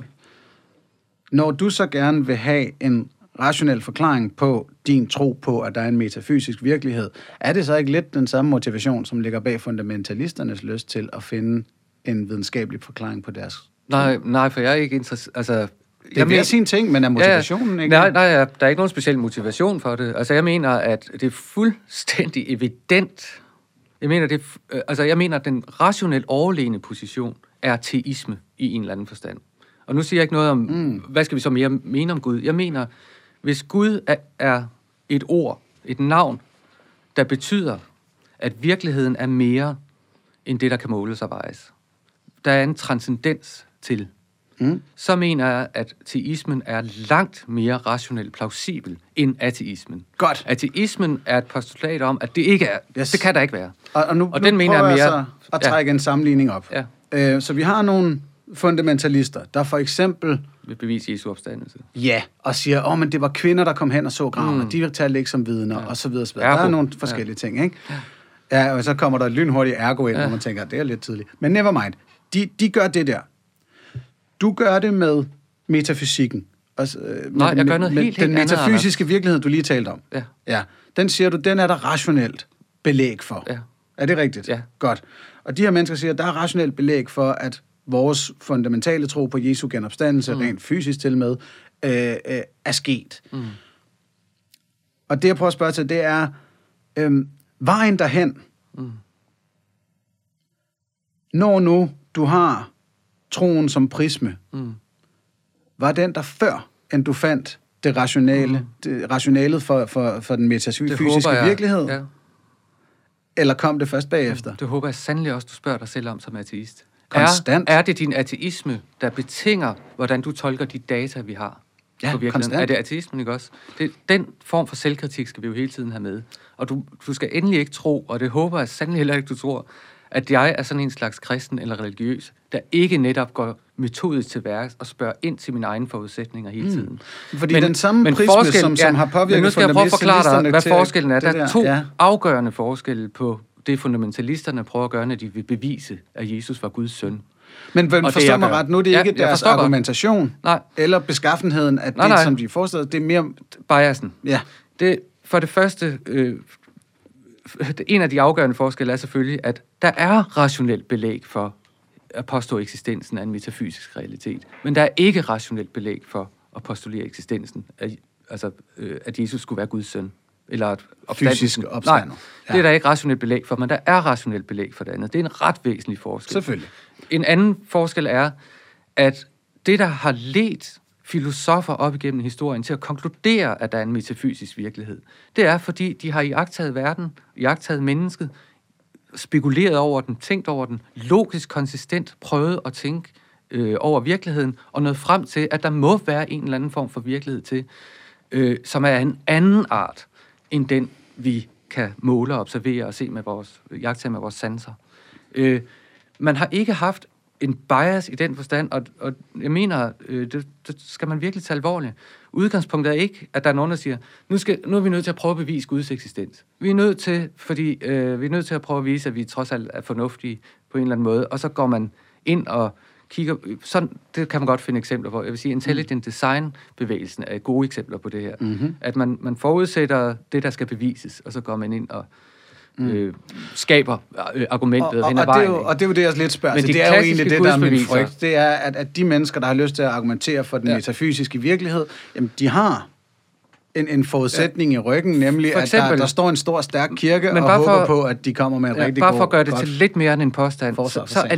Når du så gerne vil have en rationel forklaring på din tro på, at der er en metafysisk virkelighed, er det så ikke lidt den samme motivation, som ligger bag fundamentalisternes lyst til at finde en videnskabelig forklaring på deres... Nej, for jeg er ikke interesseret... Altså, det er hver sin ting, men er motivationen ikke? Nej, der er ikke nogen speciel motivation for det. Altså, jeg mener, at det er fuldstændig evident. Jeg mener, at den rationelt overlegne position er teisme i en eller anden forstand. Og nu siger jeg ikke noget om, hvad skal vi så mere mene om Gud? Jeg mener, hvis Gud er et ord, et navn, der betyder, at virkeligheden er mere end det, der kan måles og vejes. Der er en transcendens til. så mener jeg, at teismen er langt mere rationelt plausibel end ateismen. Godt. Ateismen er et postulat om, at det ikke er. Yes. Det kan der ikke være. Og den mener jeg mere at trække en sammenligning op. Ja. Så vi har nogle fundamentalister, der for eksempel vil bevise Jesu opstandelse. Ja, og siger, men det var kvinder, der kom hen og så graven, og de vil tage ikke som vidner, og så videre. Der er nogle forskellige ting, ikke? Ja, og så kommer der et lynhurtigt ergo ind, hvor man tænker, det er lidt tidligt. Men never mind. De gør det der. Du gør det med metafysikken. Altså, nej, jeg gør noget helt den metafysiske virkelighed, du lige talte om. Ja. Den siger du, den er der rationelt belæg for. Ja. Er det rigtigt? Ja. Godt. Og de her mennesker siger, at der er rationelt belæg for, at vores fundamentale tro på Jesu genopstandelse, rent fysisk til med, er sket. Og det, jeg prøver at spørge til, det er, vejen derhen, når nu du har troen som prisme, var den der før, end du fandt det rationalet for den metafysiske virkelighed? Ja. Eller kom det først bagefter? Det håber jeg sandelig også, du spørger dig selv om som ateist. Konstant. Er det din ateisme, der betinger, hvordan du tolker de data, vi har? Ja, konstant. Er det ateismen, ikke også? Den form for selvkritik skal vi jo hele tiden have med. Og du skal endelig ikke tro, og det håber jeg sandelig heller ikke, du tror, at jeg er sådan en slags kristen eller religiøs, der ikke netop går metodisk til værks og spørger ind til mine egne forudsætninger hele tiden. Fordi den samme prisme, som har påvirket nu skal jeg prøve at forklare dig, hvad forskellen er. Der er to afgørende forskelle på det fundamentalisterne prøver at gøre, når de vil bevise, at Jesus var Guds søn. Men forstår mig ret, nu er det ikke deres argumentation, eller beskaffenheden af det, som de forestiller, det er mere biasen. Ja. Det, for det første, en af de afgørende forskelle er selvfølgelig, at der er rationelt belæg for at påstå eksistensen af en metafysisk realitet. Men der er ikke rationelt belæg for at postulere eksistensen af, at Jesus skulle være Guds søn. Eller at fysisk opstander. Nej, det er der ikke rationelt belæg for, men der er rationelt belæg for det andet. Det er en ret væsentlig forskel. Selvfølgelig. En anden forskel er, at det, der har ledt filosofer op igennem historien til at konkludere, at der er en metafysisk virkelighed, det er, fordi de har iagttaget verden, iagttaget mennesket, spekuleret over den, tænkt over den, logisk konsistent prøvet at tænke over virkeligheden, og nået frem til, at der må være en eller anden form for virkelighed til, som er en anden art, end den, vi kan måle og observere og se med vores, iagttage med vores sanser. Man har ikke haft en bias i den forstand, og jeg mener, det skal man virkelig tage alvorligt. Udgangspunktet er ikke, at der er nogen, der siger, nu er vi nødt til at prøve at bevise Guds eksistens. Vi er nødt til, vi er nødt til at prøve at vise, at vi trods alt er fornuftige på en eller anden måde, og så går man ind og kigger, sådan, det kan man godt finde eksempler på. Jeg vil sige, intelligent design-bevægelsen er gode eksempler på det her. At man forudsætter det, der skal bevises, og så går man ind og skaber argumentet hen ad vejen. Og det er jo det, jeg lidt spørger. Så det er jo egentlig det, der er min frygt. Det er, at de mennesker, der har lyst til at argumentere for den metafysiske virkelighed, jamen, de har en forudsætning i ryggen, nemlig eksempel, at der står en stor, stærk kirke og håber på, at de kommer med en rigtig god... Bare for at gøre det til lidt mere end en påstand, så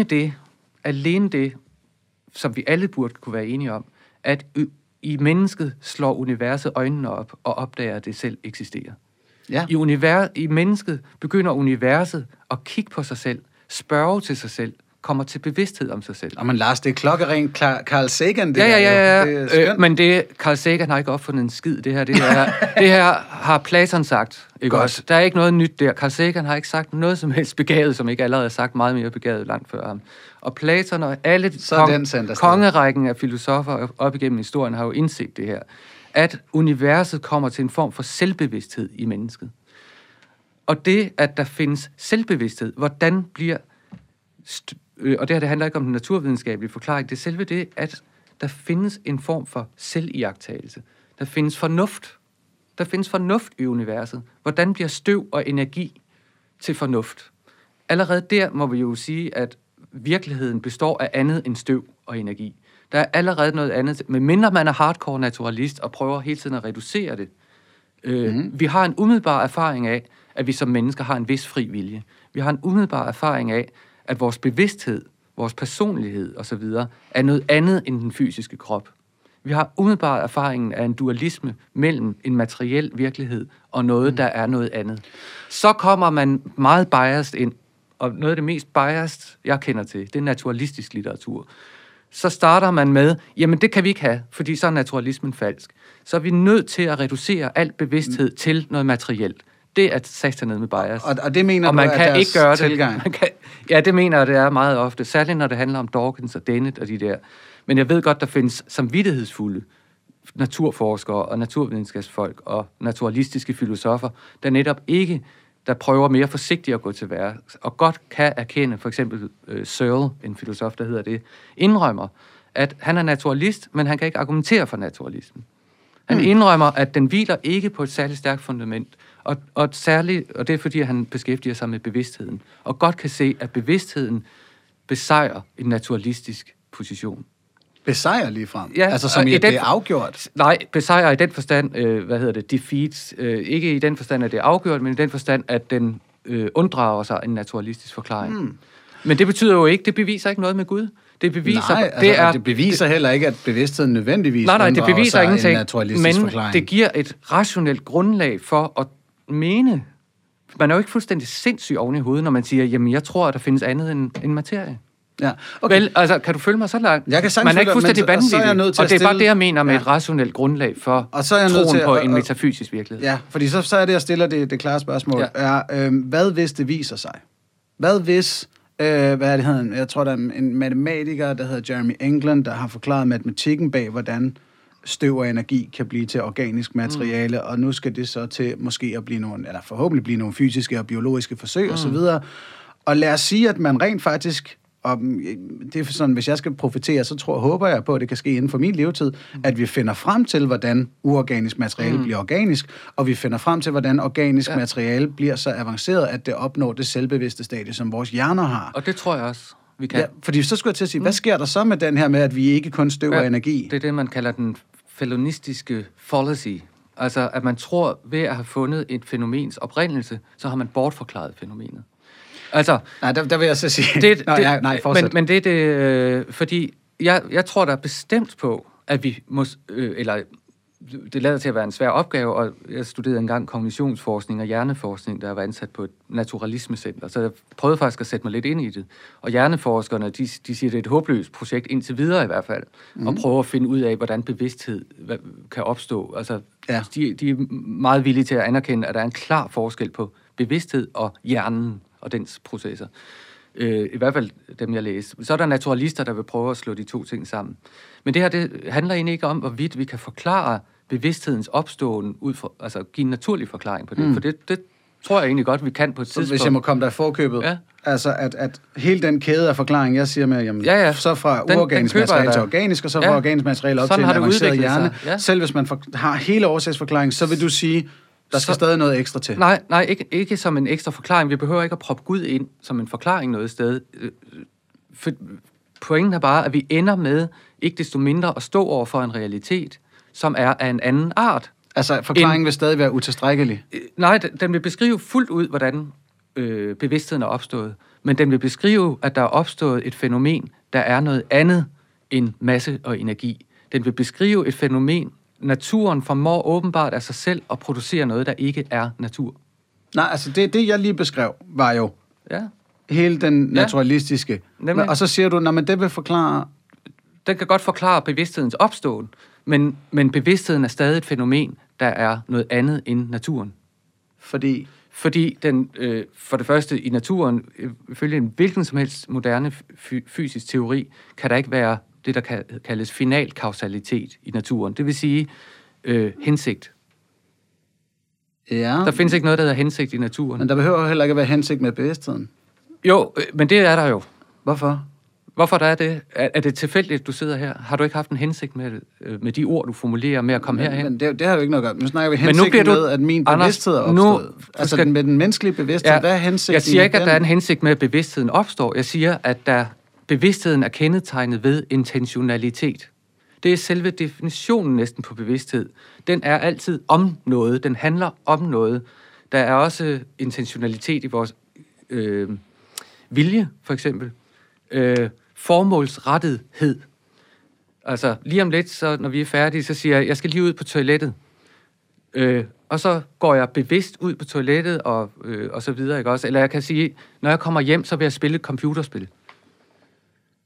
alene det, som vi alle burde kunne være enige om, at i mennesket slår universet øjnene op og opdager, at det selv eksisterer. Ja. I mennesket begynder universet at kigge på sig selv, spørge til sig selv, kommer til bevidsthed om sig selv. Men Lars, det er klokkerent Carl Sagan, det ja. Det men Carl Sagan har ikke opfundet en skid, det her har Platon sagt, ikke også? Der er ikke noget nyt der. Carl Sagan har ikke sagt noget som helst begavet, som ikke allerede har sagt meget mere begavet langt før ham. Og Platon og alle kongerækken af filosofer op igennem historien har jo indset det her, at universet kommer til en form for selvbevidsthed i mennesket. Og det, at der findes selvbevidsthed, hvordan bliver... og det her, det handler ikke om den naturvidenskabelige forklaring, det er selve det, at der findes en form for selviagtagelse. Der findes fornuft. Der findes fornuft i universet. Hvordan bliver støv og energi til fornuft? Allerede der må vi jo sige, at virkeligheden består af andet end støv og energi. Der er allerede noget andet, medmindre man er hardcore naturalist og prøver hele tiden at reducere det. Vi har en umiddelbar erfaring af, at vi som mennesker har en vis fri vilje. Vi har en umiddelbar erfaring af, at vores bevidsthed, vores personlighed osv. er noget andet end den fysiske krop. Vi har umiddelbar erfaringen af en dualisme mellem en materiel virkelighed og noget, der er noget andet. Så kommer man meget biased ind, og noget af det mest biased, jeg kender til, det er naturalistisk litteratur. så starter man med, jamen det kan vi ikke have, fordi så er naturalismen falsk. Så er vi nødt til at reducere al bevidsthed til noget materielt. Det er satanede med bias. Og det mener og man du, kan at ikke gøre tilgang? Ja, det mener jeg, det er meget ofte. Særligt når det handler om Dawkins og Dennett og de der. Men jeg ved godt, der findes samvittighedsfulde naturforskere og naturvidenskabsfolk og naturalistiske filosofer, der netop ikke, der prøver mere forsigtigt at gå til værk, og godt kan erkende, for eksempel Searle, en filosof, der hedder det, indrømmer, at han er naturalist, men han kan ikke argumentere for naturalismen. Han indrømmer, at den hviler ikke på et særligt stærkt fundament, og det er fordi, han beskæftiger sig med bevidstheden, og godt kan se, at bevidstheden besejrer en naturalistisk position. Besejrer lige frem? Ja, altså som i at det er afgjort? Nej, besejrer i den forstand, defeat. Ikke i den forstand, at det er afgjort, men i den forstand, at den unddrager sig en naturalistisk forklaring. Men det betyder jo ikke, det beviser ikke noget med Gud. Det beviser, det beviser heller ikke, at bevidstheden nødvendigvis det beviser ingenting, en naturalistisk forklaring. Men det giver et rationelt grundlag for at mene. Man er jo ikke fuldstændig sindssyg oven i hovedet, når man siger, jamen jeg tror, at der findes andet end materie. Ja, okay. Vel, altså, kan du følge mig så langt? Jeg kan man er ikke fuldstændig vanvittig, og det er bare det, jeg mener med et rationelt grundlag for troen på en metafysisk virkelighed. Ja, fordi så er det, jeg stiller det klare spørgsmål. Ja. Hvad hvis det viser sig? Hvad hvis, hvad er det hedder? Jeg tror, der er en matematiker, der hedder Jeremy England, der har forklaret matematikken bag, hvordan støv og energi kan blive til organisk materiale, og nu skal det så til måske at blive nogle, eller forhåbentlig blive nogle fysiske og biologiske forsøg osv. Og lad os sige, at man rent faktisk, og det er sådan, hvis jeg skal profetere, så håber jeg på, at det kan ske inden for min levetid, at vi finder frem til, hvordan uorganisk materiale bliver organisk, og vi finder frem til, hvordan organisk materiale bliver så avanceret, at det opnår det selvbevidste stadie, som vores hjerner har. Og det tror jeg også, vi kan. Ja, fordi så skulle jeg til at sige, hvad sker der så med den her med, at vi ikke kun støv og energi? Det er det, man kalder den felonistiske fallacy. Altså, at man tror, ved at have fundet et fænomens oprindelse, så har man bortforklaret fænomenet. Altså, nej, der vil jeg så sige... fortsæt. Men det er det... fordi jeg tror der er bestemt på, at vi må... det lader til at være en svær opgave, og jeg studerede engang kognitionsforskning og hjerneforskning, der var ansat på et naturalismecenter, så jeg prøvede faktisk at sætte mig lidt ind i det. Og hjerneforskerne, de siger, at det er et håbløst projekt indtil videre i hvert fald, og prøver at finde ud af, hvordan bevidsthed kan opstå. Altså, de er meget villige til at anerkende, at der er en klar forskel på bevidsthed og hjernen og dens processer. I hvert fald dem, jeg læste. Så er der naturalister, der vil prøve at slå de to ting sammen. Men det her, det handler egentlig ikke om, hvorvidt vi kan forklare bevidsthedens opståen ud fra, altså give en naturlig forklaring på det. For det tror jeg egentlig godt, vi kan på et tidspunkt. Hvis jeg må komme der i forkøbet. Altså, at hele den kæde af forklaring, jeg siger med, jamen, så fra uorganisk materiale til organisk, og så fra organisk materiale op til en avanceret hjerne. Selv hvis man har hele årsagsforklaringen, så vil du sige, der skal stadig noget ekstra til. Nej, ikke som en ekstra forklaring. Vi behøver ikke at proppe Gud ind som en forklaring noget sted. For pointen er bare, at vi ender med ikke desto mindre at stå over for en realitet, som er af en anden art. Altså, forklaringen vil stadig være utilstrækkelig? Nej, den vil beskrive fuldt ud, hvordan bevidstheden er opstået. Men den vil beskrive, at der er opstået et fænomen, der er noget andet end masse og energi. Den vil beskrive et fænomen, naturen formår åbenbart af sig selv at producere noget, der ikke er natur. Nej, altså det jeg lige beskrev, var jo hele den naturalistiske. Nemlig. Og så siger du, men det vil forklare... Den kan godt forklare bevidsthedens opståen, men bevidstheden er stadig et fænomen, der er noget andet end naturen. Fordi den, for det første i naturen, ifølge en hvilken som helst moderne fysisk teori, kan der ikke være det, der kan kaldes final kausalitet i naturen. Det vil sige hensigt. Ja. Der findes ikke noget, der hedder hensigt i naturen. Men der behøver heller ikke at være hensigt med bevidstheden. Jo, men det er der jo. Hvorfor? Hvorfor der er det? Er det tilfældigt, du sidder her? Har du ikke haft en hensigt med de ord, du formulerer med at komme herhen? Men det har jo ikke noget at gøre. Nu snakker vi hensigten med, at min bevidsthed er opstået. Altså med den menneskelige bevidsthed, hvad er hensigten? Jeg siger ikke, at der er en hensigt med, at bevidstheden opstår. Jeg siger, at bevidstheden er kendetegnet ved intentionalitet. Det er selve definitionen næsten på bevidsthed. Den er altid om noget. Den handler om noget. Der er også intentionalitet i vores vilje, for eksempel. Formålsrettethed. Altså, lige om lidt, så når vi er færdige, så siger jeg skal lige ud på toilettet. Og så går jeg bevidst ud på toilettet, og så videre, ikke også? Eller jeg kan sige, når jeg kommer hjem, så vil jeg spille et computerspil.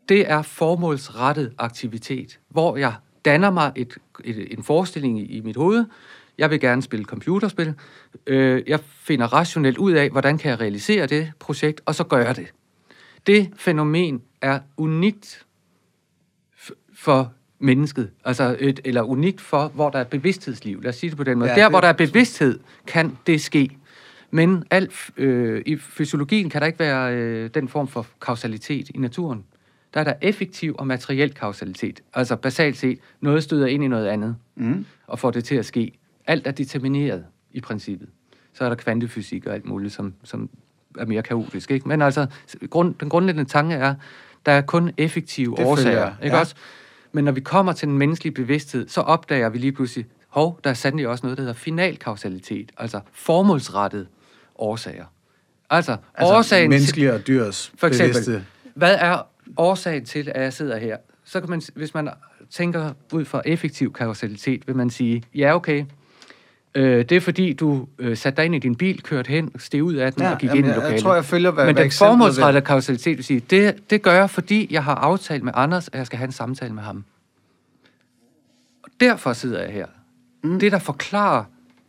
det er formålsrettet aktivitet, hvor jeg danner mig en forestilling i mit hoved. Jeg vil gerne spille computerspil. Jeg finder rationelt ud af, hvordan kan jeg realisere det projekt, og så gør jeg det. Det fænomen er unikt for mennesket, eller unikt for, hvor der er bevidsthedsliv. Lad os sige det på den måde. Hvor der er bevidsthed, kan det ske. Men i fysiologien kan der ikke være den form for kausalitet i naturen. Der er der effektiv og materiel kausalitet. Altså basalt set, noget støder ind i noget andet, og får det til at ske. Alt er determineret i princippet. Så er der kvantefysik og alt muligt, som er mere kaotisk, ikke? Men altså, den grundlæggende tanke er, der er kun effektive årsager, ikke også? Men når vi kommer til den menneskelige bevidsthed, så opdager vi lige pludselig, der er sandelig også noget, der hedder finalkausalitet, altså formålsrettet årsager. Altså årsagen menneskelige og dyrs for eksempel, bevidste. Hvad er årsagen til, at jeg sidder her? Så kan man, hvis man tænker ud fra effektiv kausalitet, vil man sige, ja, okay, det er fordi, du satte dig ind i din bil, kørte hen, steg ud af den og gik ind i lokalet. Jeg tror, jeg følger, Men den formålsrettede kausalitet vil sige, det gør jeg, fordi jeg har aftalt med Anders, at jeg skal have en samtale med ham. Og derfor sidder jeg her. Det, der forklarer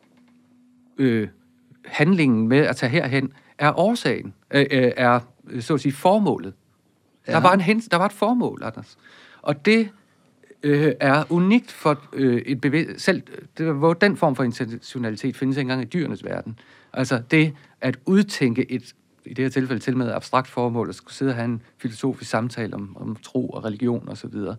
handlingen med at tage herhen, er årsagen, er så at sige formålet. Ja. Der var et formål, Anders. Og det er unikt for hvor den form for intentionalitet findes ikke engang i dyrenes verden. Altså det at udtænke i det her tilfælde til med abstrakt formål, at skulle sidde og have en filosofisk samtale om tro og religion og så videre.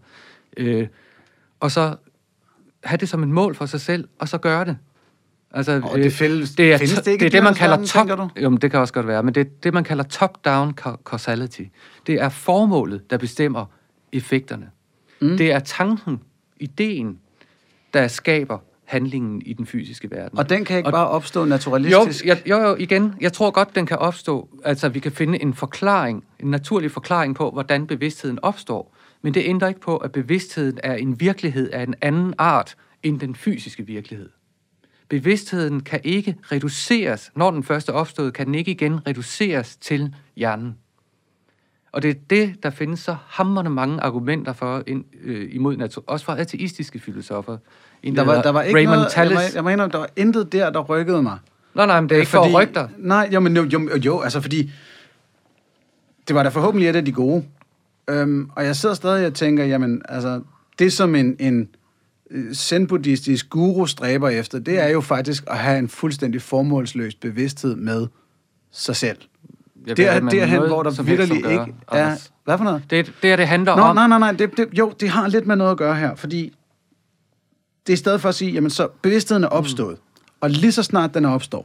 Og så have det som et mål for sig selv, og så gøre det. Altså, det er det, man kalder top... Jo, det kan også godt være, men det er det, man kalder top-down causality. Det er formålet, der bestemmer effekterne. Det er tanken, ideen, der skaber handlingen i den fysiske verden. Og den kan ikke bare opstå naturalistisk? Jo, igen. Jeg tror godt, den kan opstå. Altså, vi kan finde en naturlig forklaring på, hvordan bevidstheden opstår. Men det ændrer ikke på, at bevidstheden er en virkelighed af en anden art end den fysiske virkelighed. Bevidstheden kan ikke reduceres. Når den første opstod, kan den ikke igen reduceres til hjernen. Og det er det, der findes så hamrende mange argumenter for imod også for ateistiske filosofer. Der var ikke Raymond noget, Tallis. Jeg mener, der var intet der rykkede mig. Nej, men det er ikke for rygter. Nej, jo, altså fordi det var da forhåbentlig et af de gode. Og jeg sidder stadig og tænker, jamen, altså, det som en zen-buddhistisk guru stræber efter, det er jo faktisk at have en fuldstændig formålsløs bevidsthed med sig selv. Derhen, hvor der vitterlig ikke er... Hvad for noget? Det handler om... Nej. Det har lidt med noget at gøre her, fordi det er stadig for at sige, jamen så bevidstheden er opstået, og lige så snart den er opstået,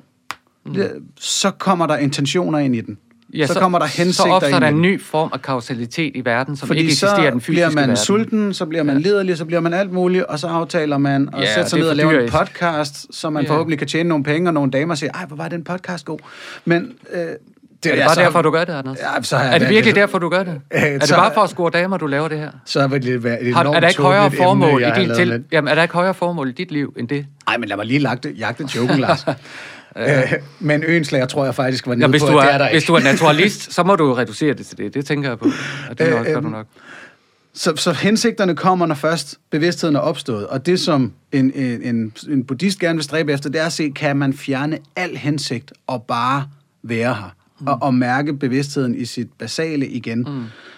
så kommer der intentioner ind i den. Ja, så kommer der hensigter ind i den. Så opstår der en ny form af kausalitet i verden, som ikke eksisterer i den fysiske verden. Så bliver man sulten, så bliver man liderlig, så bliver man alt muligt, og så aftaler man og sætter sig ned og laver en podcast, så man forhåbentlig kan tjene nogle penge, og nogle damer siger, ej, hvor var den podcast god. Men... Det er bare derfor, du gør det, Anders? Ja, er det virkelig derfor, du gør det? Er det bare for at score damer, du laver det her? Så vil det være et enormt er der ikke højere formål i dit Jamen, er der ikke højere formål i dit liv end det? Nej, men lad mig lige jagte joken, Lars. Men Øenslager tror jeg faktisk var nede på, at det er der ikke. Hvis du er naturalist, så må du jo reducere det til det. Det tænker jeg på. Og det gør du nok. Så hensigterne kommer, når først bevidstheden er opstået. Og det, som en buddhist gerne vil stræbe efter, det er at se, kan man fjerne al hensigt og bare være her. Og mærke bevidstheden i sit basale igen.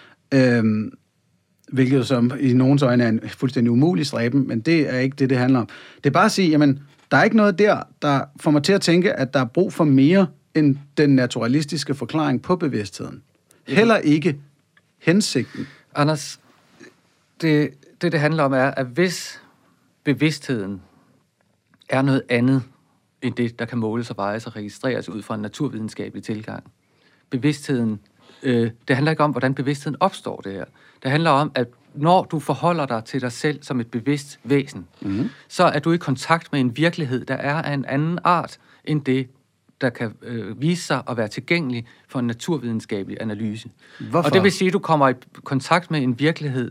Hvilket som i nogens øjne er en fuldstændig umulig stræben, men det er ikke det handler om. Det er bare at sige, jamen, der er ikke noget der får mig til at tænke, at der er brug for mere end den naturalistiske forklaring på bevidstheden. Heller ikke hensigten. Anders, det handler om er, at hvis bevidstheden er noget andet end det, der kan måles og vejes og registreres ud fra en naturvidenskabelig tilgang. Bevidstheden, det handler ikke om, hvordan bevidstheden opstår det her. Det handler om, at når du forholder dig til dig selv som et bevidst væsen, så er du i kontakt med en virkelighed, der er af en anden art end det, der kan vise sig at være tilgængelig for en naturvidenskabelig analyse. Hvorfor? Og det vil sige, at du kommer i kontakt med en virkelighed,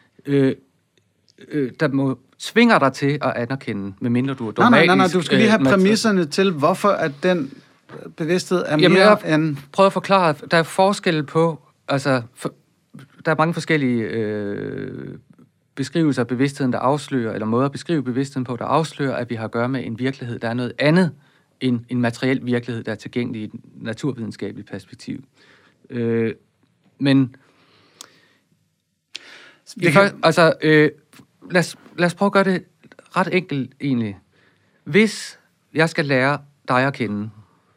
der tvinger dig til at anerkende, medmindre du er dogmatisk. Nej, du skal lige have præmisserne til, hvorfor at den bevidsthed er mere end... Prøv at forklare, der er forskel på, altså, er mange forskellige beskrivelser af bevidstheden, der afslører, eller måder at beskrive bevidstheden på, der afslører, at vi har at gøre med en virkelighed, der er noget andet end en materiel virkelighed, der er tilgængelig i et naturvidenskabeligt perspektiv. Men lad os prøve at gøre det ret enkelt egentlig. Hvis jeg skal lære dig at kende,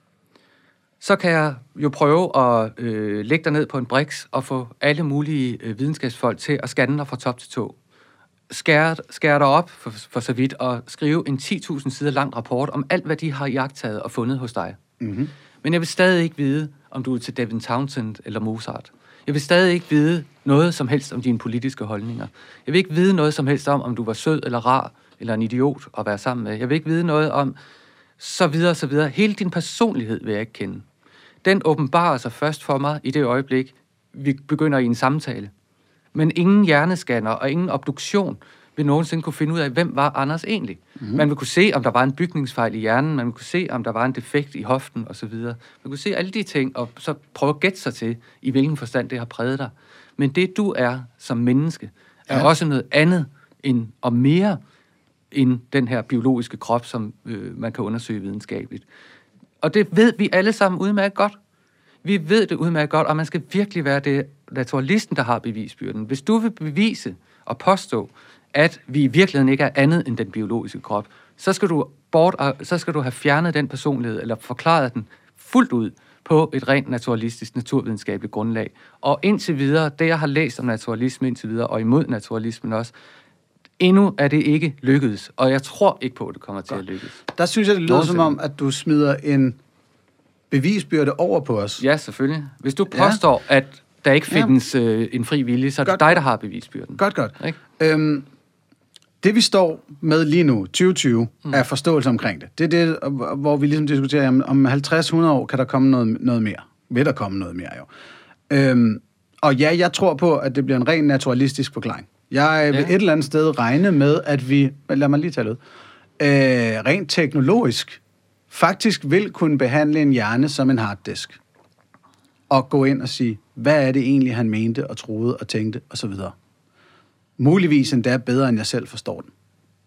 så kan jeg jo prøve at lægge dig ned på en briks og få alle mulige videnskabsfolk til at scanne dig fra top til tå. Skære dig op for så vidt og skrive en 10.000 sider lang rapport om alt, hvad de har iagttaget og fundet hos dig. Mm-hmm. Men jeg vil stadig ikke vide, om du er til Devin Townsend eller Mozart. Jeg vil stadig ikke vide noget som helst om dine politiske holdninger. Jeg vil ikke vide noget som helst om du var sød eller rar eller en idiot at være sammen med. Jeg vil ikke vide noget om så videre, så videre. Hele din personlighed vil jeg ikke kende. Den åbenbarer sig først for mig i det øjeblik, vi begynder i en samtale. Men ingen hjerneskanner og ingen obduktion vil nogensinde kunne finde ud af, hvem var Anders egentlig. Mm-hmm. Man vil kunne se, om der var en bygningsfejl i hjernen, man vil kunne se, om der var en defekt i hoften osv. Man kunne se alle de ting, og så prøve at gætte sig til, i hvilken forstand det har præget dig. Men det, du er som menneske, er også noget andet end, og mere end den her biologiske krop, som man kan undersøge videnskabeligt. Og det ved vi alle sammen udmærket godt. Vi ved det udmærket godt, og man skal virkelig være det naturalisten, der har bevisbyrden. Hvis du vil bevise og påstå, at vi i virkeligheden ikke er andet end den biologiske krop, så skal du have fjernet den personlighed, eller forklaret den fuldt ud på et rent naturalistisk, naturvidenskabeligt grundlag. Og indtil videre, det jeg har læst om naturalisme indtil videre, og imod naturalismen også, endnu er det ikke lykkedes, og jeg tror ikke på, at det kommer til at lykkes. Der synes jeg, det lyder som om, at du smider en bevisbyrde over på os. Ja, selvfølgelig. Hvis du påstår, at der ikke findes en fri vilje, så er det dig, der har bevisbyrden. Godt. Det vi står med lige nu, 2020, er forståelse omkring det. Det er det, hvor vi ligesom diskuterer, om 50-100 år kan der komme noget mere. Vil der komme noget mere, jo. Og ja, jeg tror på, at det bliver en ren naturalistisk forklaring. Jeg vil et eller andet sted regne med, at vi, lad mig lige tage ud, rent teknologisk faktisk vil kunne behandle en hjerne som en harddisk. Og gå ind og sige, hvad er det egentlig, han mente og troede og tænkte osv. Muligvis endda bedre, end jeg selv forstår den.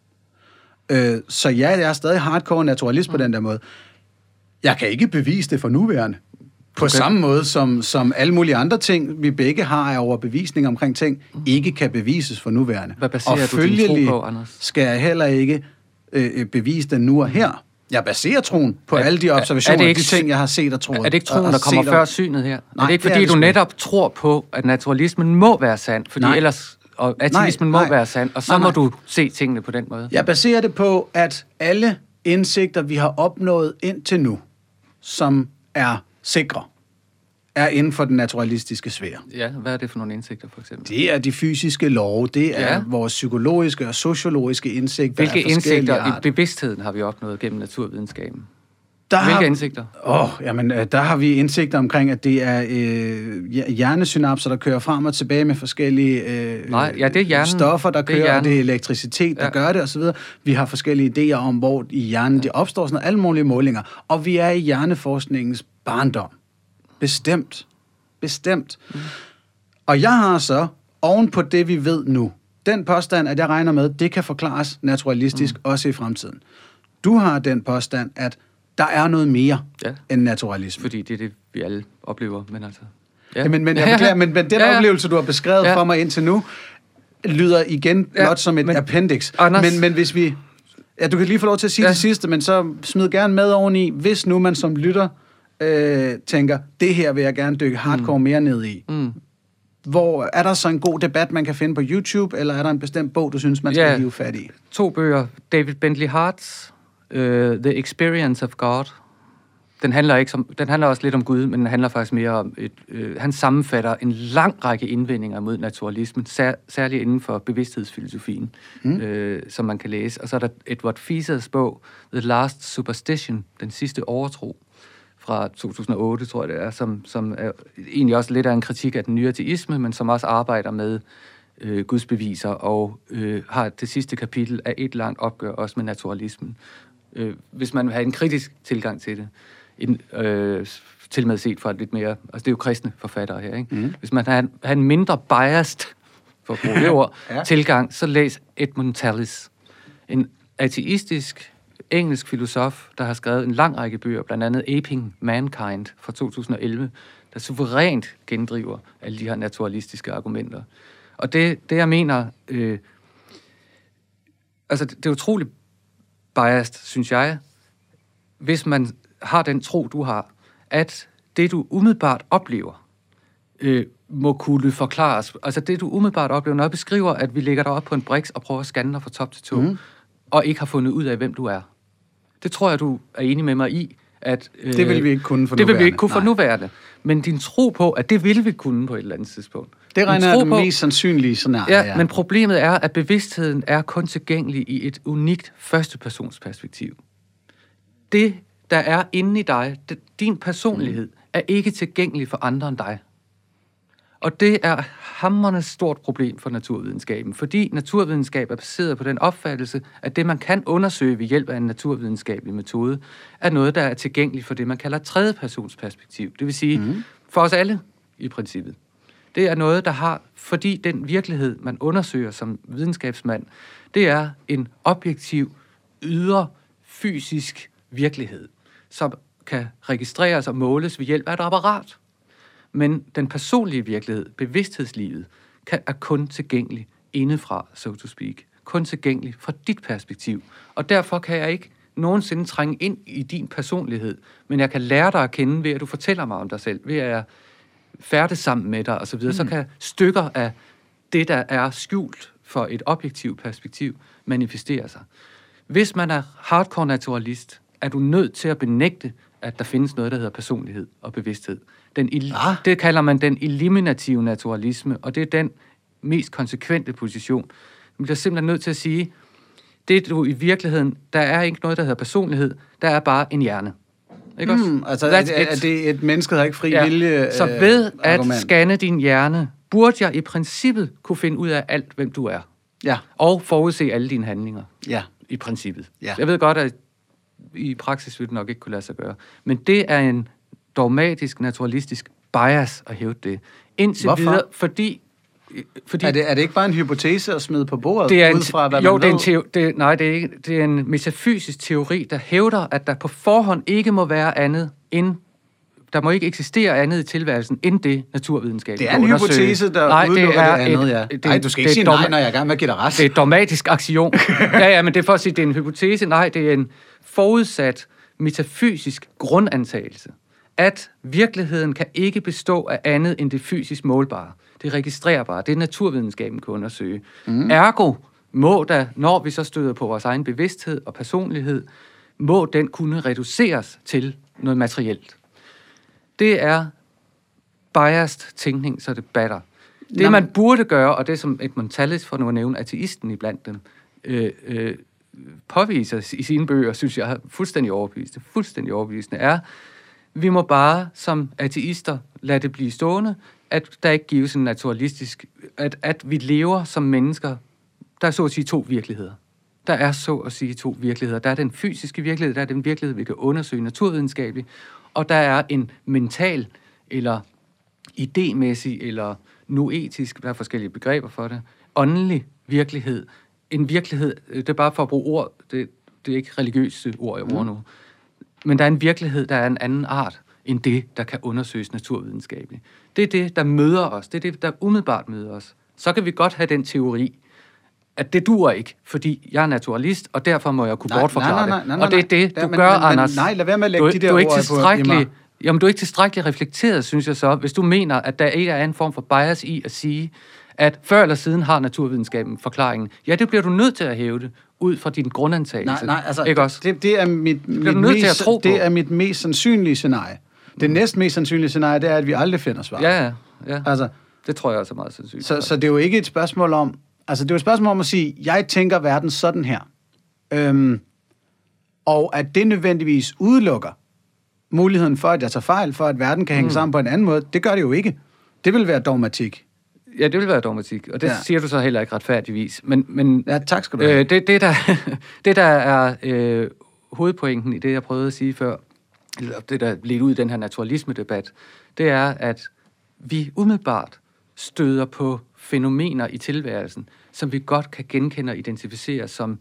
Så ja, jeg er stadig hardcore naturalist på den der måde. Jeg kan ikke bevise det for nuværende. På samme måde som alle mulige andre ting, vi begge har over bevisning omkring ting, ikke kan bevises for nuværende. Hvad baserer du din tro på, Anders? Skal jeg heller ikke bevise den nu og her. Jeg baserer troen på alle de observationer, de ting, jeg har set og troet. Er det ikke troen, der kommer før synet her? Nej, er det ikke, fordi du netop tror på, at naturalismen må være sand? Fordi ellers, og ateismen må være sand, og så må du se tingene på den måde. Jeg baserer det på, at alle indsigter, vi har opnået indtil nu, som er sikre, er inden for den naturalistiske sfære. Ja, hvad er det for nogle indsigter, for eksempel? Det er de fysiske love, det er vores psykologiske og sociologiske indsigter. Hvilke indsigter i bevidstheden har vi opnået gennem naturvidenskaben? Hvilke indsigter? Der har vi indsigter omkring, at det er hjernesynapser, der kører frem og tilbage med forskellige det er stoffer, der kører, og det er elektricitet, der gør det osv. Vi har forskellige idéer om, hvor i hjernen de opstår, sådan alle mulige målinger. Og vi er i hjerneforskningens barndom. Bestemt. Og jeg har så, oven på det, vi ved nu, den påstand, at jeg regner med, det kan forklares naturalistisk også i fremtiden. Du har den påstand, at der er noget mere end naturalisme. Fordi det er det, vi alle oplever, men altså... Ja. Men jeg beklager, men den oplevelse, du har beskrevet for mig indtil nu, lyder igen blot som et appendix. Men hvis vi... Ja, du kan lige få lov til at sige det sidste, men så smid gerne med oveni, hvis nu man som lytter tænker, det her vil jeg gerne dykke hardcore mere ned i. Hvor er der så en god debat, man kan finde på YouTube, eller er der en bestemt bog, du synes, man skal hive fat i? 2 bøger. David Bentley Hart's The Experience of God. Den handler også lidt om Gud, men den handler faktisk mere om han sammenfatter en lang række indvendinger mod naturalismen, særligt inden for bevidsthedsfilosofien, som man kan læse. Og så er der Edward Feasers bog, The Last Superstition, den sidste overtro, fra 2008, tror jeg det er, som er egentlig også lidt af en kritik af den nye ateisme, men som også arbejder med gudsbeviser, og har det sidste kapitel af et langt opgør også med naturalismen. Hvis man vil have en kritisk tilgang til det. til med set fra et lidt mere... Altså, det er jo kristne forfattere her, ikke? Hvis man har en mindre biased, for at bruge det ord, tilgang, så læs Edmund Tallis. En ateistisk engelsk filosof, der har skrevet en lang række bøger, blandt andet Aping Mankind fra 2011, der suverænt gendriver alle de her naturalistiske argumenter. Og det jeg mener... altså, det er utroligt biased, synes jeg, hvis man har den tro, du har, at det, du umiddelbart oplever, må kunne forklares. Altså, det, du umiddelbart oplever, når jeg beskriver, at vi lægger dig op på en briks og prøver at scanne dig fra top til to, og ikke har fundet ud af, hvem du er. Det tror jeg, du er enig med mig i, at... det vil vi ikke kunne for nuværende. Det vil vi ikke kunne for nuværende. Men din tro på, at det vil vi kunne på et eller andet tidspunkt. Det regner jeg det mest sandsynlige scenarie. Ja, men problemet er, at bevidstheden er kun tilgængelig i et unikt førstepersonsperspektiv. Det, der er inde i dig, din personlighed, er ikke tilgængelig for andre end dig. Og det er hamrende stort problem for naturvidenskaben, fordi naturvidenskab er baseret på den opfattelse, at det, man kan undersøge ved hjælp af en naturvidenskabelig metode, er noget, der er tilgængeligt for det, man kalder tredjepersonsperspektiv. Det vil sige, for os alle i princippet. Det er noget, der har, fordi den virkelighed, man undersøger som videnskabsmand, det er en objektiv, ydre, fysisk virkelighed, som kan registreres og måles ved hjælp af et apparat. Men den personlige virkelighed, bevidsthedslivet, er kun tilgængelig indefra, so to speak. Kun tilgængelig fra dit perspektiv. Og derfor kan jeg ikke nogensinde trænge ind i din personlighed, men jeg kan lære dig at kende ved, at du fortæller mig om dig selv, ved at jeg færdes sammen med dig osv., så kan stykker af det, der er skjult for et objektivt perspektiv, manifestere sig. Hvis man er hardcore naturalist, er du nødt til at benægte, at der findes noget, der hedder personlighed og bevidsthed. Det kalder man den eliminative naturalisme, og det er den mest konsekvente position. Man bliver simpelthen nødt til at sige, det du i virkeligheden, der er ikke noget, der hedder personlighed, der er bare en hjerne. Ikke også? Altså, er det et menneske, der har ikke fri vilje? Så ved at scanne din hjerne, burde jeg i princippet kunne finde ud af alt, hvem du er. Ja. Og forudse alle dine handlinger. Ja. I princippet. Ja. Jeg ved godt, at i praksis vil det nok ikke kunne lade sig gøre. Men det er en dogmatisk, naturalistisk bias at hæve det. Indtil Hvorfor? Videre, fordi er det ikke bare en hypotese at smide på bordet? Det er ud fra, hvad jo, man det er ikke. Det er en metafysisk teori, der hævder, at der på forhånd ikke må være andet end... Der må ikke eksistere andet i tilværelsen, end det naturvidenskab. Det er en hypotese, der udelukker det andet, ja. Nej, du skal ikke sige nej, når jeg er i gang med at give dig ret. Det er et dogmatisk aktion. ja, men det er for at sige, det er en hypotese. Nej, det er en forudsat metafysisk grundantagelse, at virkeligheden kan ikke bestå af andet end det fysisk målbare. Det registrerbare. Det er naturvidenskaben kan undersøge. Ergo må der, når vi så støder på vores egen bevidsthed og personlighed, må den kunne reduceres til noget materielt. Det er biased tænkning, så det batter. Det man burde gøre, og det som Edmund Tallis, for nu at nævne ateisten iblandt dem, påviser i sine bøger, synes jeg er fuldstændig overbevisende, er, vi må bare som ateister lade det blive stående, at der ikke gives en naturalistisk, at vi lever som mennesker. Der er så at sige to virkeligheder. Der er så at sige to virkeligheder. Der er den fysiske virkelighed, der er den virkelighed, vi kan undersøge naturvidenskabeligt, og der er en mental, eller idémæssig, eller noetisk, der er forskellige begreber for det, åndelig virkelighed. En virkelighed, det er bare for at bruge ord, det er ikke religiøse ord, jeg bruger nu, men der er en virkelighed, der er en anden art, end det, der kan undersøges naturvidenskabeligt. Det er det, der møder os. Det er det, der umiddelbart møder os. Så kan vi godt have den teori, at det duer ikke, fordi jeg er naturalist, og derfor må jeg kunne bortforklare det. Og det er det, du gør, Anders. Nej, lad være med at lægge de der ord på i mig. Jamen, du er ikke tilstrækkeligt reflekteret, synes jeg så, hvis du mener, at der ikke er en form for bias i at sige, at før eller siden har naturvidenskaben forklaringen. Ja, det bliver du nødt til at hæve det, ud fra din grundantagelse. Nej, altså, ikke også? Det er mit mest sandsynlige scenarie. Det næst mest sandsynlige scenarie, det er, at vi aldrig finder svar. Ja. Altså, det tror jeg også er meget sandsynligt. Så det er jo ikke et spørgsmål om... Altså, det er jo et spørgsmål om at sige, jeg tænker verden sådan her. Og at det nødvendigvis udelukker muligheden for, at jeg tager fejl, for at verden kan hænge sammen på en anden måde, det gør det jo ikke. Det vil være dogmatik. Ja, det vil være dogmatik, og det siger du så heller ikke retfærdigvis. Men ja, tak skal du have. Det der er hovedpointen i det, jeg prøvede at sige før, eller det der ledt ud i den her naturalisme-debat, det er, at vi umiddelbart støder på fænomener i tilværelsen, som vi godt kan genkende og identificere som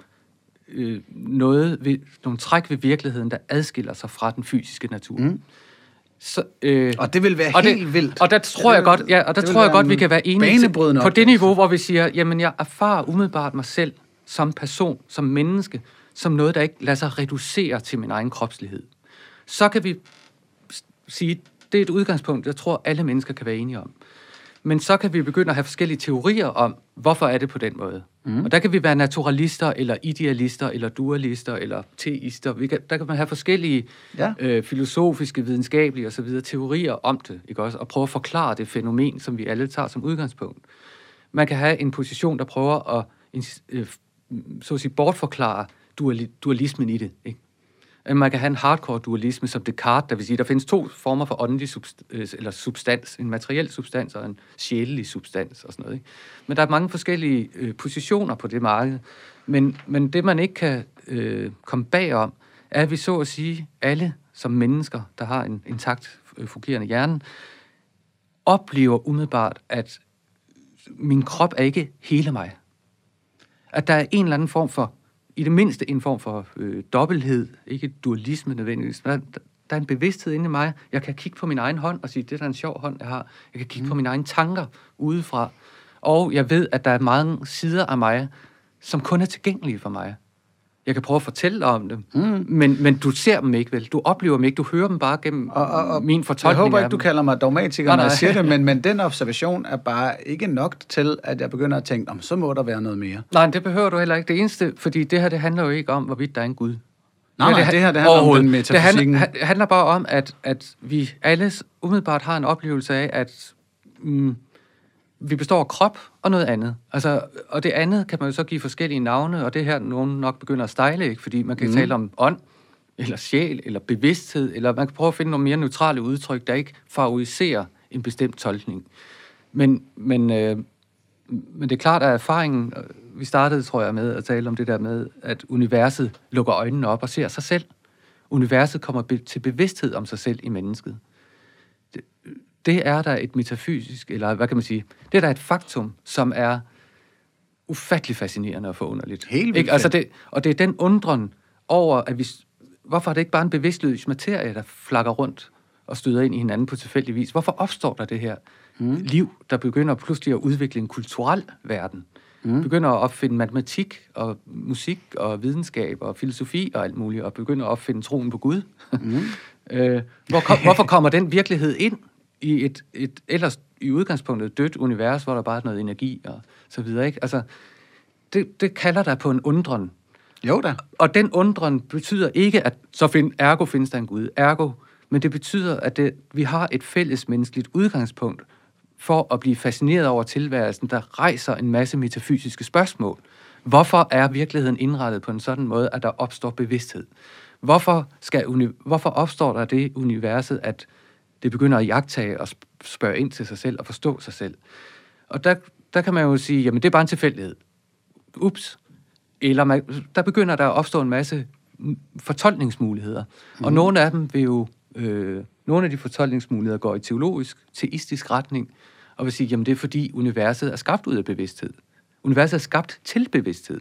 nogle træk ved virkeligheden, der adskiller sig fra den fysiske natur. Så, og det vil være helt vildt. Og der tror jeg godt, vi kan være enige på det niveau, hvor vi siger, jamen jeg erfarer umiddelbart mig selv som person, som menneske, som noget, der ikke lader sig reducere til min egen kropslighed. Så kan vi sige, det er et udgangspunkt, jeg tror, alle mennesker kan være enige om. Men så kan vi begynde at have forskellige teorier om, hvorfor er det på den måde. Og der kan vi være naturalister, eller idealister, eller dualister, eller teister. Der kan man have forskellige filosofiske, videnskabelige osv. teorier om det, ikke også? Og prøve at forklare det fænomen, som vi alle tager som udgangspunkt. Man kan have en position, der prøver at så at sige, bortforklare dualismen i det, ikke? Man kan have en hardcore dualisme som Descartes, der vil sige, der findes to former for åndelig substans, en materiel substans og en sjælelig substans og sådan noget, ikke? Men der er mange forskellige positioner på det marked, men det man ikke kan komme bagom, er, at vi så at sige, alle som mennesker, der har en intakt fungerende hjerne, oplever umiddelbart, at min krop er ikke hele mig. At der er en eller anden form for, i det mindste en form for dobbelthed, ikke dualisme nødvendigvis. Der er en bevidsthed inde i mig. Jeg kan kigge på min egen hånd og sige, det er en sjov hånd, jeg har. Jeg kan kigge på mine egne tanker udefra. Og jeg ved, at der er mange sider af mig, som kun er tilgængelige for mig. Jeg kan prøve at fortælle om dem, men du ser dem ikke, vel? Du oplever dem ikke, du hører dem bare gennem min fortolkning. Jeg håber ikke, du kalder mig dogmatiker, når jeg siger det, men den observation er bare ikke nok til, at jeg begynder at tænke, så må der være noget mere. Nej, det behøver du heller ikke. Det eneste, fordi det her, det handler jo ikke om, hvorvidt der er en Gud. Nej, det her, det handler om den metafysikken. Det handler bare om, at vi alle umiddelbart har en oplevelse af, at vi består af krop og noget andet. Altså, og det andet kan man jo så give forskellige navne, og det her nogen nok begynder at stejle, ikke? Fordi man kan tale om ånd, eller sjæl, eller bevidsthed, eller man kan prøve at finde nogle mere neutrale udtryk, der ikke favoriserer en bestemt tolkning. Men det er klart, at erfaringen, vi startede, tror jeg, med at tale om det der med, at universet lukker øjnene op og ser sig selv. Universet kommer til bevidsthed om sig selv i mennesket. Det er der et metafysisk, eller hvad kan man sige, det er der et faktum, som er ufattelig fascinerende og forunderligt. Helt vildt. Altså og det er den undren over, at hvorfor er det ikke bare en bevidstløs materie, der flakker rundt og støder ind i hinanden på tilfældig vis? Hvorfor opstår der det her liv, der begynder pludselig at udvikle en kulturel verden? Begynder at opfinde matematik og musik og videnskab og filosofi og alt muligt, og begynder at opfinde troen på Gud. Hvorfor kommer den virkelighed ind i et ellers i udgangspunktet dødt univers, hvor der bare er noget energi og så videre, ikke? Altså, det kalder der på en undren. Jo da. Og den undren betyder ikke, at ergo findes der en Gud. Men det betyder, at vi har et fælles menneskeligt udgangspunkt for at blive fascineret over tilværelsen, der rejser en masse metafysiske spørgsmål. Hvorfor er virkeligheden indrettet på en sådan måde, at der opstår bevidsthed? Hvorfor opstår der det universet, at det begynder at iagttage og spørge ind til sig selv og forstå sig selv? Og der kan man jo sige, jamen det er bare en tilfældighed. Ups. Eller der begynder der at opstå en masse fortolkningsmuligheder. Og nogle af dem vil jo, nogle af de fortolkningsmuligheder går i teistisk retning, og vil sige, jamen det er fordi universet er skabt ud af bevidsthed. Universet er skabt til bevidsthed.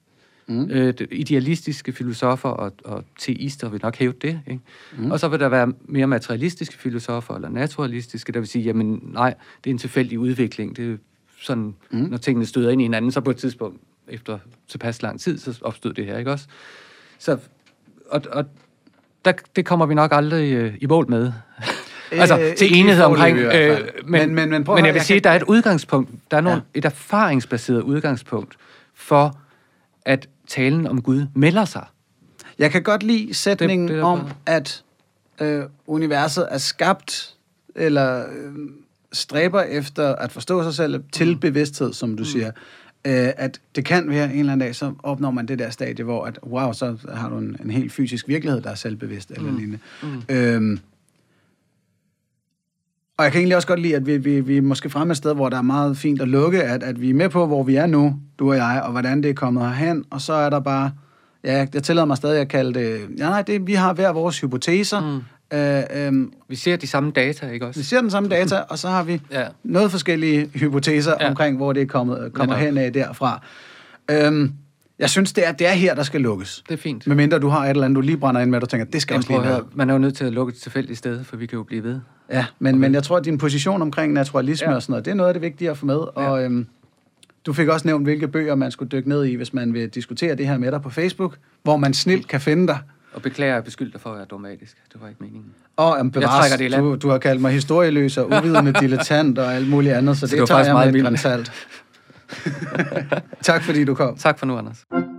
Idealistiske filosofer og teister vil nok hæve det, ikke? Og så vil der være mere materialistiske filosofer eller naturalistiske, der vil sige, jamen nej, det er en tilfældig udvikling. Det er sådan, når tingene støder ind i hinanden, så på et tidspunkt efter tilpas lang tid, så opstod det her, ikke også? Så, og det kommer vi nok aldrig i mål med. Altså, til enighed omkring... Men jeg vil sige, at der er et udgangspunkt, der er et erfaringsbaseret udgangspunkt for, at talen om Gud melder sig. Jeg kan godt lide sætningen om, at universet er skabt, eller stræber efter at forstå sig selv til bevidsthed, som du siger. At det kan være en eller anden dag, så opnår man det der stadie, hvor at, wow, så har du en helt fysisk virkelighed, der er selvbevidst eller lignende. Og jeg kan egentlig også godt lide, at vi er måske fremme et sted, hvor der er meget fint at lukke, at vi er med på, hvor vi er nu, du og jeg, og hvordan det er kommet herhen, og så er der bare, jeg tillader mig stadig at kalde det, vi har hver vores hypoteser, Vi ser de samme data, ikke også? Vi ser den samme data, og så har vi noget forskellige hypoteser omkring, hvor det kommer hen af derfra. Jeg synes, det er her, der skal lukkes. Det er fint. Medmindre du har et eller andet, du lige brænder ind med, du tænker, det skal også lige være. Man er jo nødt til at lukke et tilfældigt sted, for vi kan jo blive ved. Ja, men jeg tror, at din position omkring naturalisme og sådan noget, det er noget af det vigtige at få med. Og du fik også nævnt, hvilke bøger man skulle dykke ned i, hvis man vil diskutere det her med dig på Facebook, hvor man snilt kan finde dig. Og beklager, jeg beskylder for at være dogmatisk. Det var ikke meningen. Og bevares, du har kaldt mig historieløs og uvidende dilettant og alt muligt andet, så det tager jeg med et gran salt. Tak fordi du kom. Tak for nu, Anders.